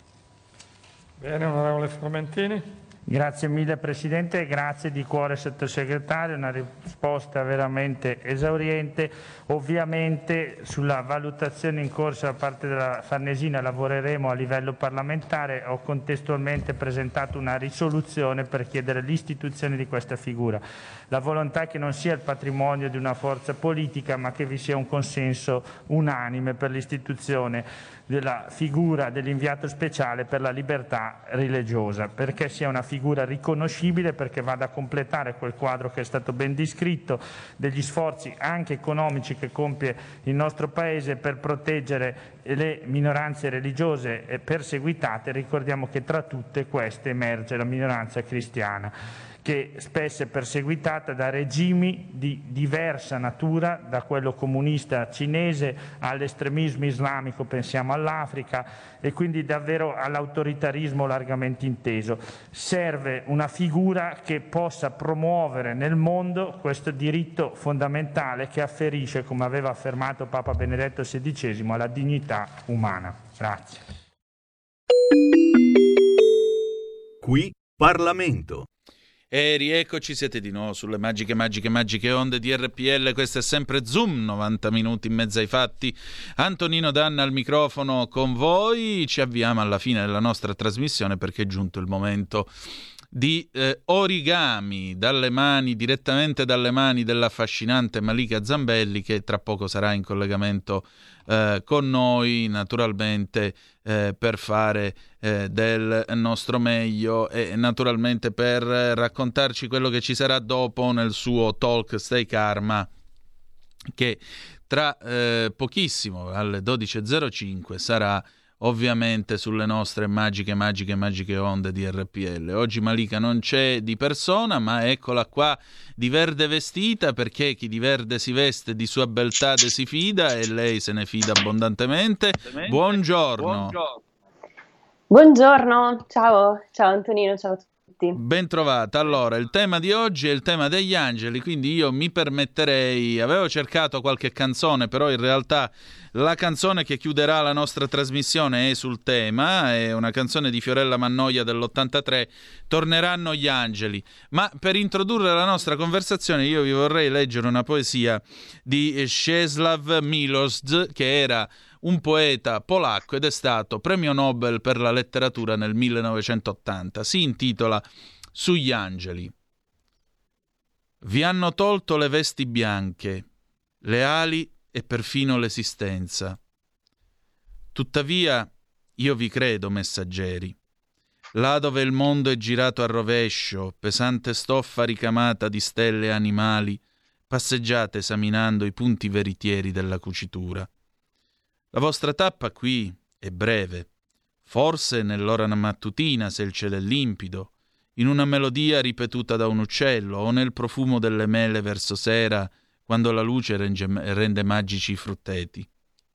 Bene, onorevole Formentini. Grazie mille Presidente e grazie di cuore Sottosegretario, una risposta veramente esauriente. Ovviamente sulla valutazione in corso da parte della Farnesina lavoreremo a livello parlamentare. Ho contestualmente presentato una risoluzione per chiedere l'istituzione di questa figura. La volontà è che non sia il patrimonio di una forza politica ma che vi sia un consenso unanime per l'istituzione della figura dell'inviato speciale per la libertà religiosa, perché sia una figura riconoscibile, perché vada a completare quel quadro che è stato ben descritto degli sforzi anche economici che compie il nostro Paese per proteggere le minoranze religiose perseguitate. Ricordiamo che tra tutte queste emerge la minoranza cristiana, che spesso è perseguitata da regimi di diversa natura, da quello comunista cinese all'estremismo islamico, pensiamo all'Africa, e quindi davvero all'autoritarismo largamente inteso. Serve una figura che possa promuovere nel mondo questo diritto fondamentale che afferisce, come aveva affermato Papa Benedetto XVI, alla dignità umana. Grazie. Qui Parlamento. E rieccoci, siete di nuovo sulle magiche onde di RPL. Questo è sempre Zoom, 90 minuti in mezzo ai fatti. Antonino Danna al microfono con voi. Ci avviamo alla fine della nostra trasmissione perché è giunto il momento di origami direttamente dalle mani dell'affascinante Malika Zambelli, che tra poco sarà in collegamento con noi, naturalmente per fare del nostro meglio e naturalmente per raccontarci quello che ci sarà dopo nel suo talk Stay Karma, che tra pochissimo alle 12.05 sarà ovviamente sulle nostre magiche onde di RPL. Oggi Malika non c'è di persona, ma eccola qua di verde vestita, perché chi di verde si veste di sua beltà si fida, e lei se ne fida abbondantemente. Buongiorno. Buongiorno, ciao Antonino, ciao a tutti. Ben trovata. Allora, il tema di oggi è il tema degli angeli, quindi io mi permetterei, avevo cercato qualche canzone, però in realtà la canzone che chiuderà la nostra trasmissione è sul tema, è una canzone di Fiorella Mannoia dell'83, Torneranno gli angeli. Ma per introdurre la nostra conversazione io vi vorrei leggere una poesia di Czesław Miłosz, che era un poeta polacco ed è stato premio Nobel per la letteratura nel 1980. Si intitola Sugli angeli. Vi hanno tolto le vesti bianche, le ali e perfino l'esistenza. Tuttavia io vi credo, messaggeri. Là dove il mondo è girato a rovescio, pesante stoffa ricamata di stelle animali, passeggiate esaminando i punti veritieri della cucitura. La vostra tappa qui è breve, forse nell'ora mattutina se il cielo è limpido, in una melodia ripetuta da un uccello o nel profumo delle mele verso sera quando la luce rende magici i frutteti.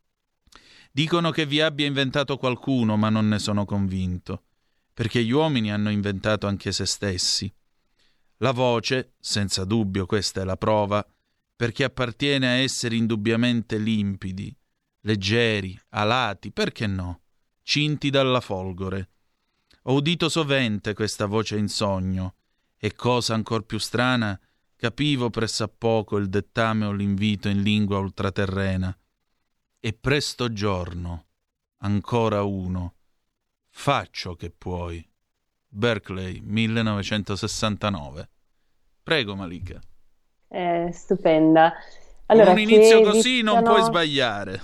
Dicono che vi abbia inventato qualcuno, ma non ne sono convinto, perché gli uomini hanno inventato anche se stessi. La voce, senza dubbio questa è la prova, perché appartiene a esseri indubbiamente limpidi, leggeri, alati, perché no, cinti dalla folgore. Ho udito sovente questa voce in sogno, e cosa ancor più strana, capivo pressappoco il dettame o l'invito in lingua ultraterrena. E presto giorno, ancora uno, faccio che puoi. Berkeley, 1969. Prego, Malika. Stupenda. Allora, con un inizio così non puoi sbagliare.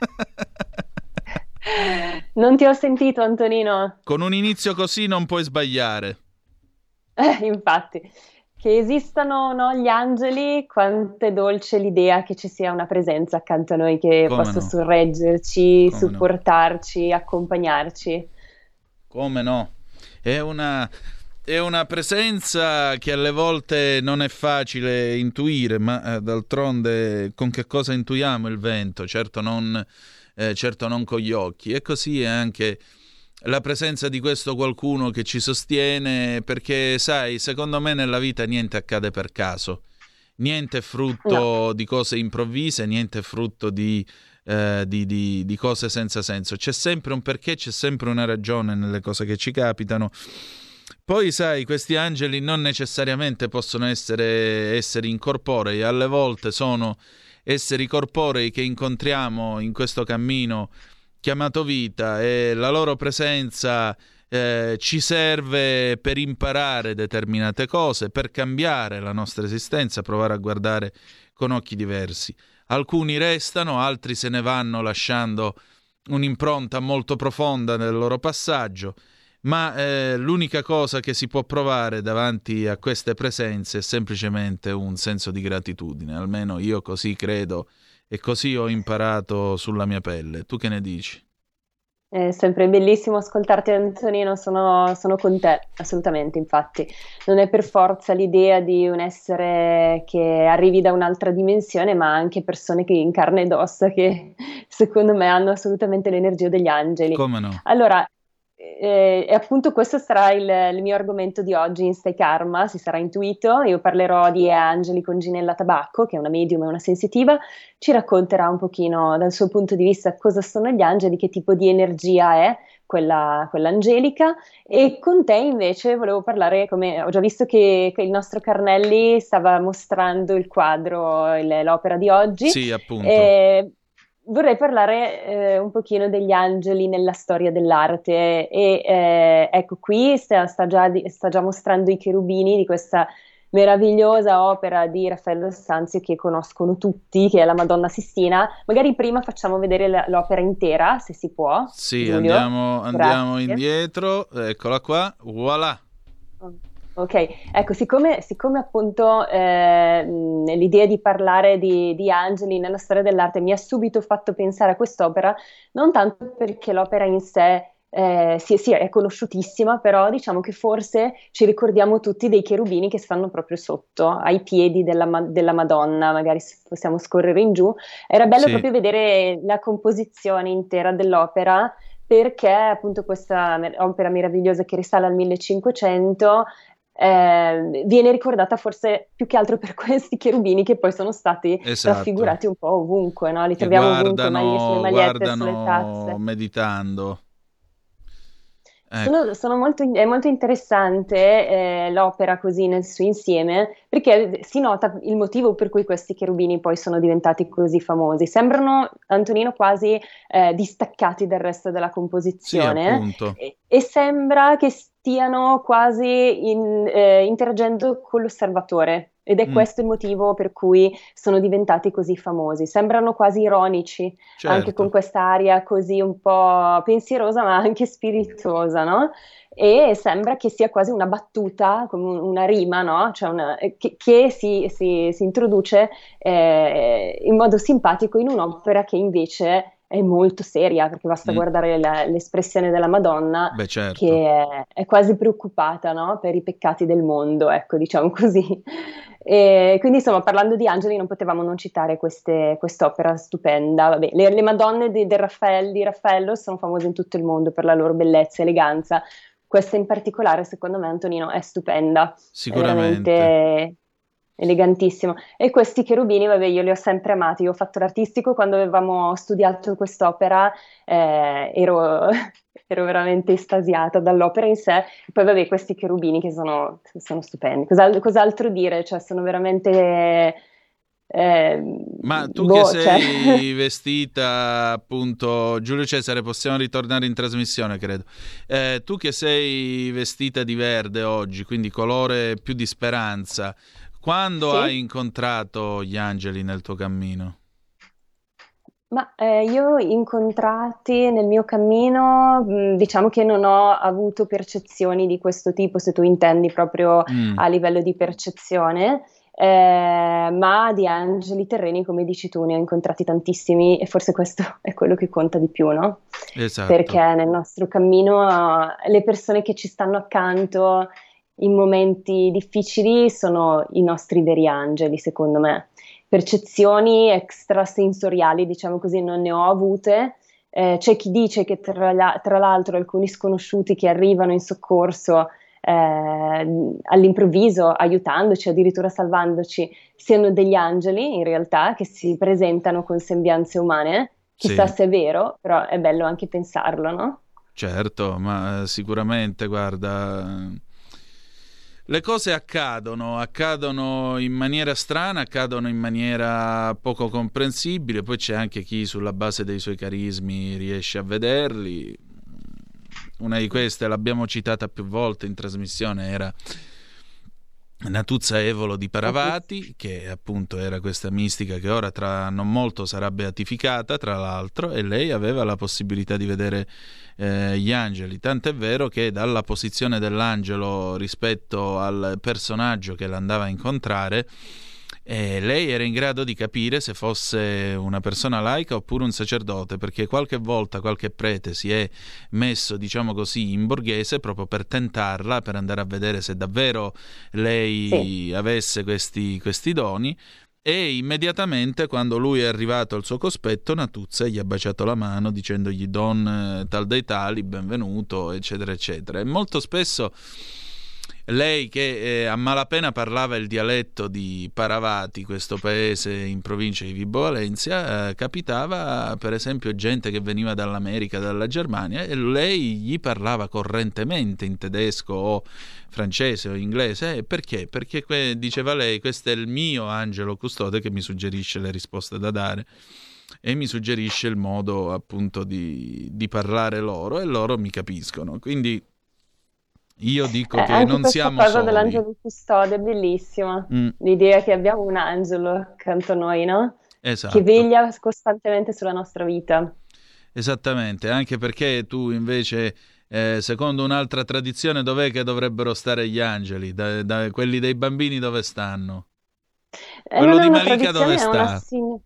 Non ti ho sentito, Antonino. Con un inizio così non puoi sbagliare. Infatti, che esistano, no, gli angeli, quanto è dolce l'idea che ci sia una presenza accanto a noi che possa sorreggerci, supportarci, accompagnarci. Come no? È una presenza che alle volte non è facile intuire, ma d'altronde con che cosa intuiamo il vento? Certo non con gli occhi. E così è anche la presenza di questo qualcuno che ci sostiene, perché sai, secondo me nella vita niente accade per caso, niente è frutto di cose improvvise, niente è frutto di cose senza senso. C'è sempre un perché, c'è sempre una ragione nelle cose che ci capitano. Poi sai, questi angeli non necessariamente possono essere esseri incorporei, alle volte sono esseri corporei che incontriamo in questo cammino chiamato vita, e la loro presenza ci serve per imparare determinate cose, per cambiare la nostra esistenza, provare a guardare con occhi diversi. Alcuni restano, altri se ne vanno lasciando un'impronta molto profonda nel loro passaggio, ma l'unica cosa che si può provare davanti a queste presenze è semplicemente un senso di gratitudine, almeno io così credo e così ho imparato sulla mia pelle. Tu che ne dici? È sempre bellissimo ascoltarti, Antonino, sono con te, assolutamente. Infatti non è per forza l'idea di un essere che arrivi da un'altra dimensione, ma anche persone che in carne ed ossa che secondo me hanno assolutamente l'energia degli angeli. Come no? Allora, e appunto questo sarà il mio argomento di oggi in Stay Karma, si sarà intuito. Io parlerò di angeli con Ginella Tabacco, che è una medium e una sensitiva. Ci racconterà un pochino dal suo punto di vista cosa sono gli angeli, che tipo di energia è quella angelica. E con te invece volevo parlare, come ho già visto che il nostro Carnelli stava mostrando il quadro, l'opera di oggi. Sì, appunto. vorrei parlare un pochino degli angeli nella storia dell'arte e ecco qui sta già mostrando i cherubini di questa meravigliosa opera di Raffaello Sanzio che conoscono tutti, che è la Madonna Sistina. Magari prima facciamo vedere l'opera intera, se si può. Sì, Giulio. andiamo indietro, eccola qua, voilà. Ok, ecco, siccome appunto l'idea di parlare di angeli nella storia dell'arte mi ha subito fatto pensare a quest'opera, non tanto perché l'opera in sé sì, è conosciutissima, però diciamo che forse ci ricordiamo tutti dei cherubini che stanno proprio sotto, ai piedi della Madonna, magari possiamo scorrere in giù. Era bello proprio vedere la composizione intera dell'opera, perché appunto questa opera meravigliosa che risale al 1500 viene ricordata forse più che altro per questi cherubini che poi sono stati raffigurati un po' ovunque, no? Li troviamo ovunque, sulle magliette, sulle tazze. Meditando. Ecco. È molto interessante l'opera così nel suo insieme, perché si nota il motivo per cui questi cherubini poi sono diventati così famosi. Sembrano, Antonino, quasi distaccati dal resto della composizione, e sembra che stiano quasi interagendo con l'osservatore. Ed è questo il motivo per cui sono diventati così famosi. Sembrano quasi ironici, anche con questa aria così un po' pensierosa ma anche spiritosa, no? E sembra che sia quasi una battuta, come una rima, no? Cioè che si introduce in modo simpatico in un'opera che invece è molto seria, perché basta guardare l'espressione della Madonna, che è quasi preoccupata, no? Per i peccati del mondo, ecco, diciamo così. E quindi insomma, parlando di angeli non potevamo non citare quest'opera stupenda. Vabbè, le Madonne di Raffaello sono famose in tutto il mondo per la loro bellezza e eleganza. Questa in particolare, secondo me, Antonino, è stupenda. Sicuramente. È veramente elegantissimo. E questi cherubini, vabbè, io li ho sempre amati. Io ho fatto l'artistico quando avevamo studiato quest'opera, ero veramente estasiata dall'opera in sé. E poi vabbè, questi cherubini che sono stupendi. Cos'altro dire? Cioè, sono veramente... Ma tu che sei vestita, appunto, Giulio Cesare, possiamo ritornare in trasmissione, credo. Tu che sei vestita di verde oggi, quindi colore più di speranza, quando hai incontrato gli angeli nel tuo cammino? Ma io incontrati nel mio cammino, diciamo che non ho avuto percezioni di questo tipo, se tu intendi proprio a livello di percezione. Ma di angeli terreni, come dici tu, ne ho incontrati tantissimi e forse questo è quello che conta di più, no? Esatto. Perché nel nostro cammino le persone che ci stanno accanto in momenti difficili sono i nostri veri angeli, secondo me. Percezioni extrasensoriali, diciamo così, non ne ho avute. C'è chi dice che tra l'altro alcuni sconosciuti che arrivano in soccorso all'improvviso, aiutandoci, addirittura salvandoci, siano degli angeli in realtà che si presentano con sembianze umane. Chissà se è vero, però è bello anche pensarlo, no? Certo, ma sicuramente, guarda, le cose accadono in maniera strana, accadono in maniera poco comprensibile, poi c'è anche chi sulla base dei suoi carismi riesce a vederli. Una di queste l'abbiamo citata più volte in trasmissione, era Natuzza Evolo di Paravati, che appunto era questa mistica che ora tra non molto sarà beatificata, tra l'altro, e lei aveva la possibilità di vedere gli angeli, tant'è vero che dalla posizione dell'angelo rispetto al personaggio che l'andava a incontrare, lei era in grado di capire se fosse una persona laica oppure un sacerdote, perché qualche volta qualche prete si è messo, diciamo così, in borghese proprio per tentarla, per andare a vedere se davvero lei avesse questi doni, e immediatamente quando lui è arrivato al suo cospetto, Natuzza gli ha baciato la mano dicendogli don tal dei tali, benvenuto, eccetera eccetera. E molto spesso lei, che a malapena parlava il dialetto di Paravati, questo paese in provincia di Vibo Valentia, capitava per esempio gente che veniva dall'America, dalla Germania, e lei gli parlava correntemente in tedesco o francese o inglese. Perché? Perché diceva lei, questo è il mio angelo custode che mi suggerisce le risposte da dare. e mi suggerisce il modo appunto di parlare loro, e loro mi capiscono. Quindi io dico che non siamo questa cosa soli. dell'angelo custode è bellissima, l'idea che abbiamo un angelo accanto a noi, no? Esatto. Che veglia costantemente sulla nostra vita. Esattamente, anche perché tu invece, secondo un'altra tradizione, dov'è che dovrebbero stare gli angeli? Quelli dei bambini dove stanno? Quello di Malika dove sta?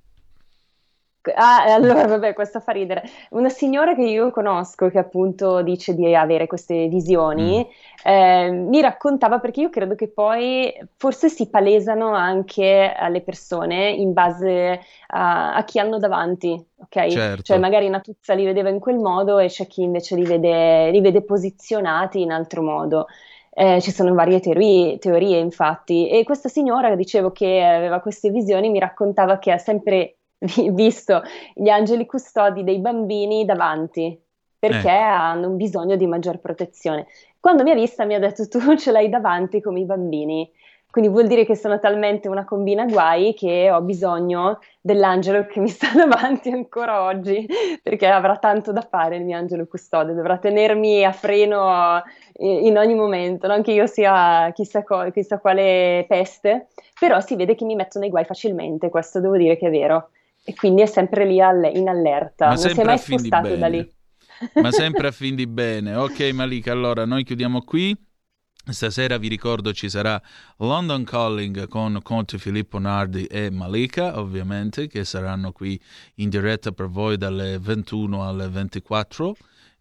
Allora, vabbè, questo fa ridere. Una signora che io conosco, che appunto dice di avere queste visioni, mi raccontava, perché io credo che poi forse si palesano anche alle persone in base a chi hanno davanti, ok? Certo. Cioè magari Natuzza li vedeva in quel modo e c'è chi invece li vede posizionati in altro modo. Ci sono varie teorie, infatti, e questa signora che dicevo che aveva queste visioni mi raccontava che ha sempre visto gli angeli custodi dei bambini davanti, perché hanno un bisogno di maggior protezione. Quando mi ha vista mi ha detto: tu ce l'hai davanti come i bambini, quindi vuol dire che sono talmente una combina guai che ho bisogno dell'angelo che mi sta davanti ancora oggi, perché avrà tanto da fare il mio angelo custode, dovrà tenermi a freno in ogni momento, non che io sia chissà quale peste, però si vede che mi metto nei guai facilmente, questo devo dire che è vero. E quindi è sempre lì in allerta, non si è mai spostato da lì. Ma sempre a fin di bene. Ok Malika, allora noi chiudiamo qui. Stasera vi ricordo ci sarà London Calling con Conte Filippo Nardi e Malika, ovviamente, che saranno qui in diretta per voi dalle 21 alle 24.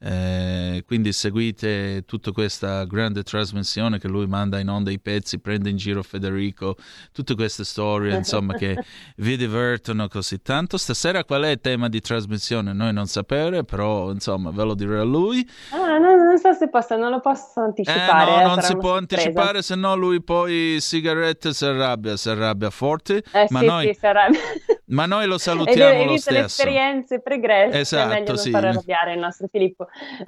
Quindi seguite tutta questa grande trasmissione che lui manda in onda i pezzi, prende in giro Federico, tutte queste storie insomma che vi divertono così tanto. Stasera qual è il tema di trasmissione? Noi non sapere, però insomma ve lo dirà lui. Non so se non lo posso anticipare. No, non si può anticipare, se no lui poi sigarette si arrabbia forte. Sì, si arrabbia. Ma noi lo salutiamo lo stesso. Le esperienze pregresse, esatto, è meglio non far arrabbiare il nostro Filippo.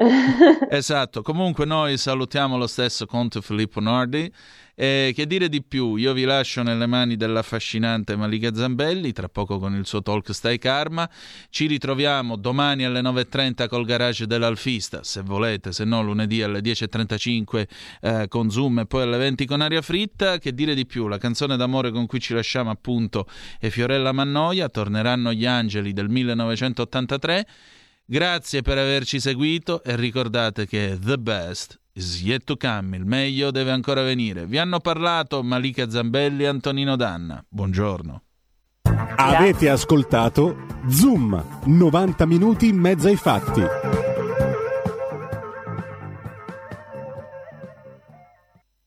Esatto, comunque noi salutiamo lo stesso Conte Filippo Nardi. Che dire di più? Io vi lascio nelle mani dell'affascinante Malika Zambelli, tra poco con il suo talk Stai Karma. Ci ritroviamo domani alle 9.30 col garage dell'Alfista, se volete, se no lunedì alle 10.35 con Zoom e poi alle 20 con Aria Fritta. Che dire di più? La canzone d'amore con cui ci lasciamo appunto è Fiorella Mannoia, Torneranno gli angeli del 1983. Grazie per averci seguito e ricordate che the best is yet to come, il meglio deve ancora venire. Vi hanno parlato Malika Zambelli e Antonino Danna. Buongiorno. Avete ascoltato Zoom, 90 minuti in mezzo ai fatti.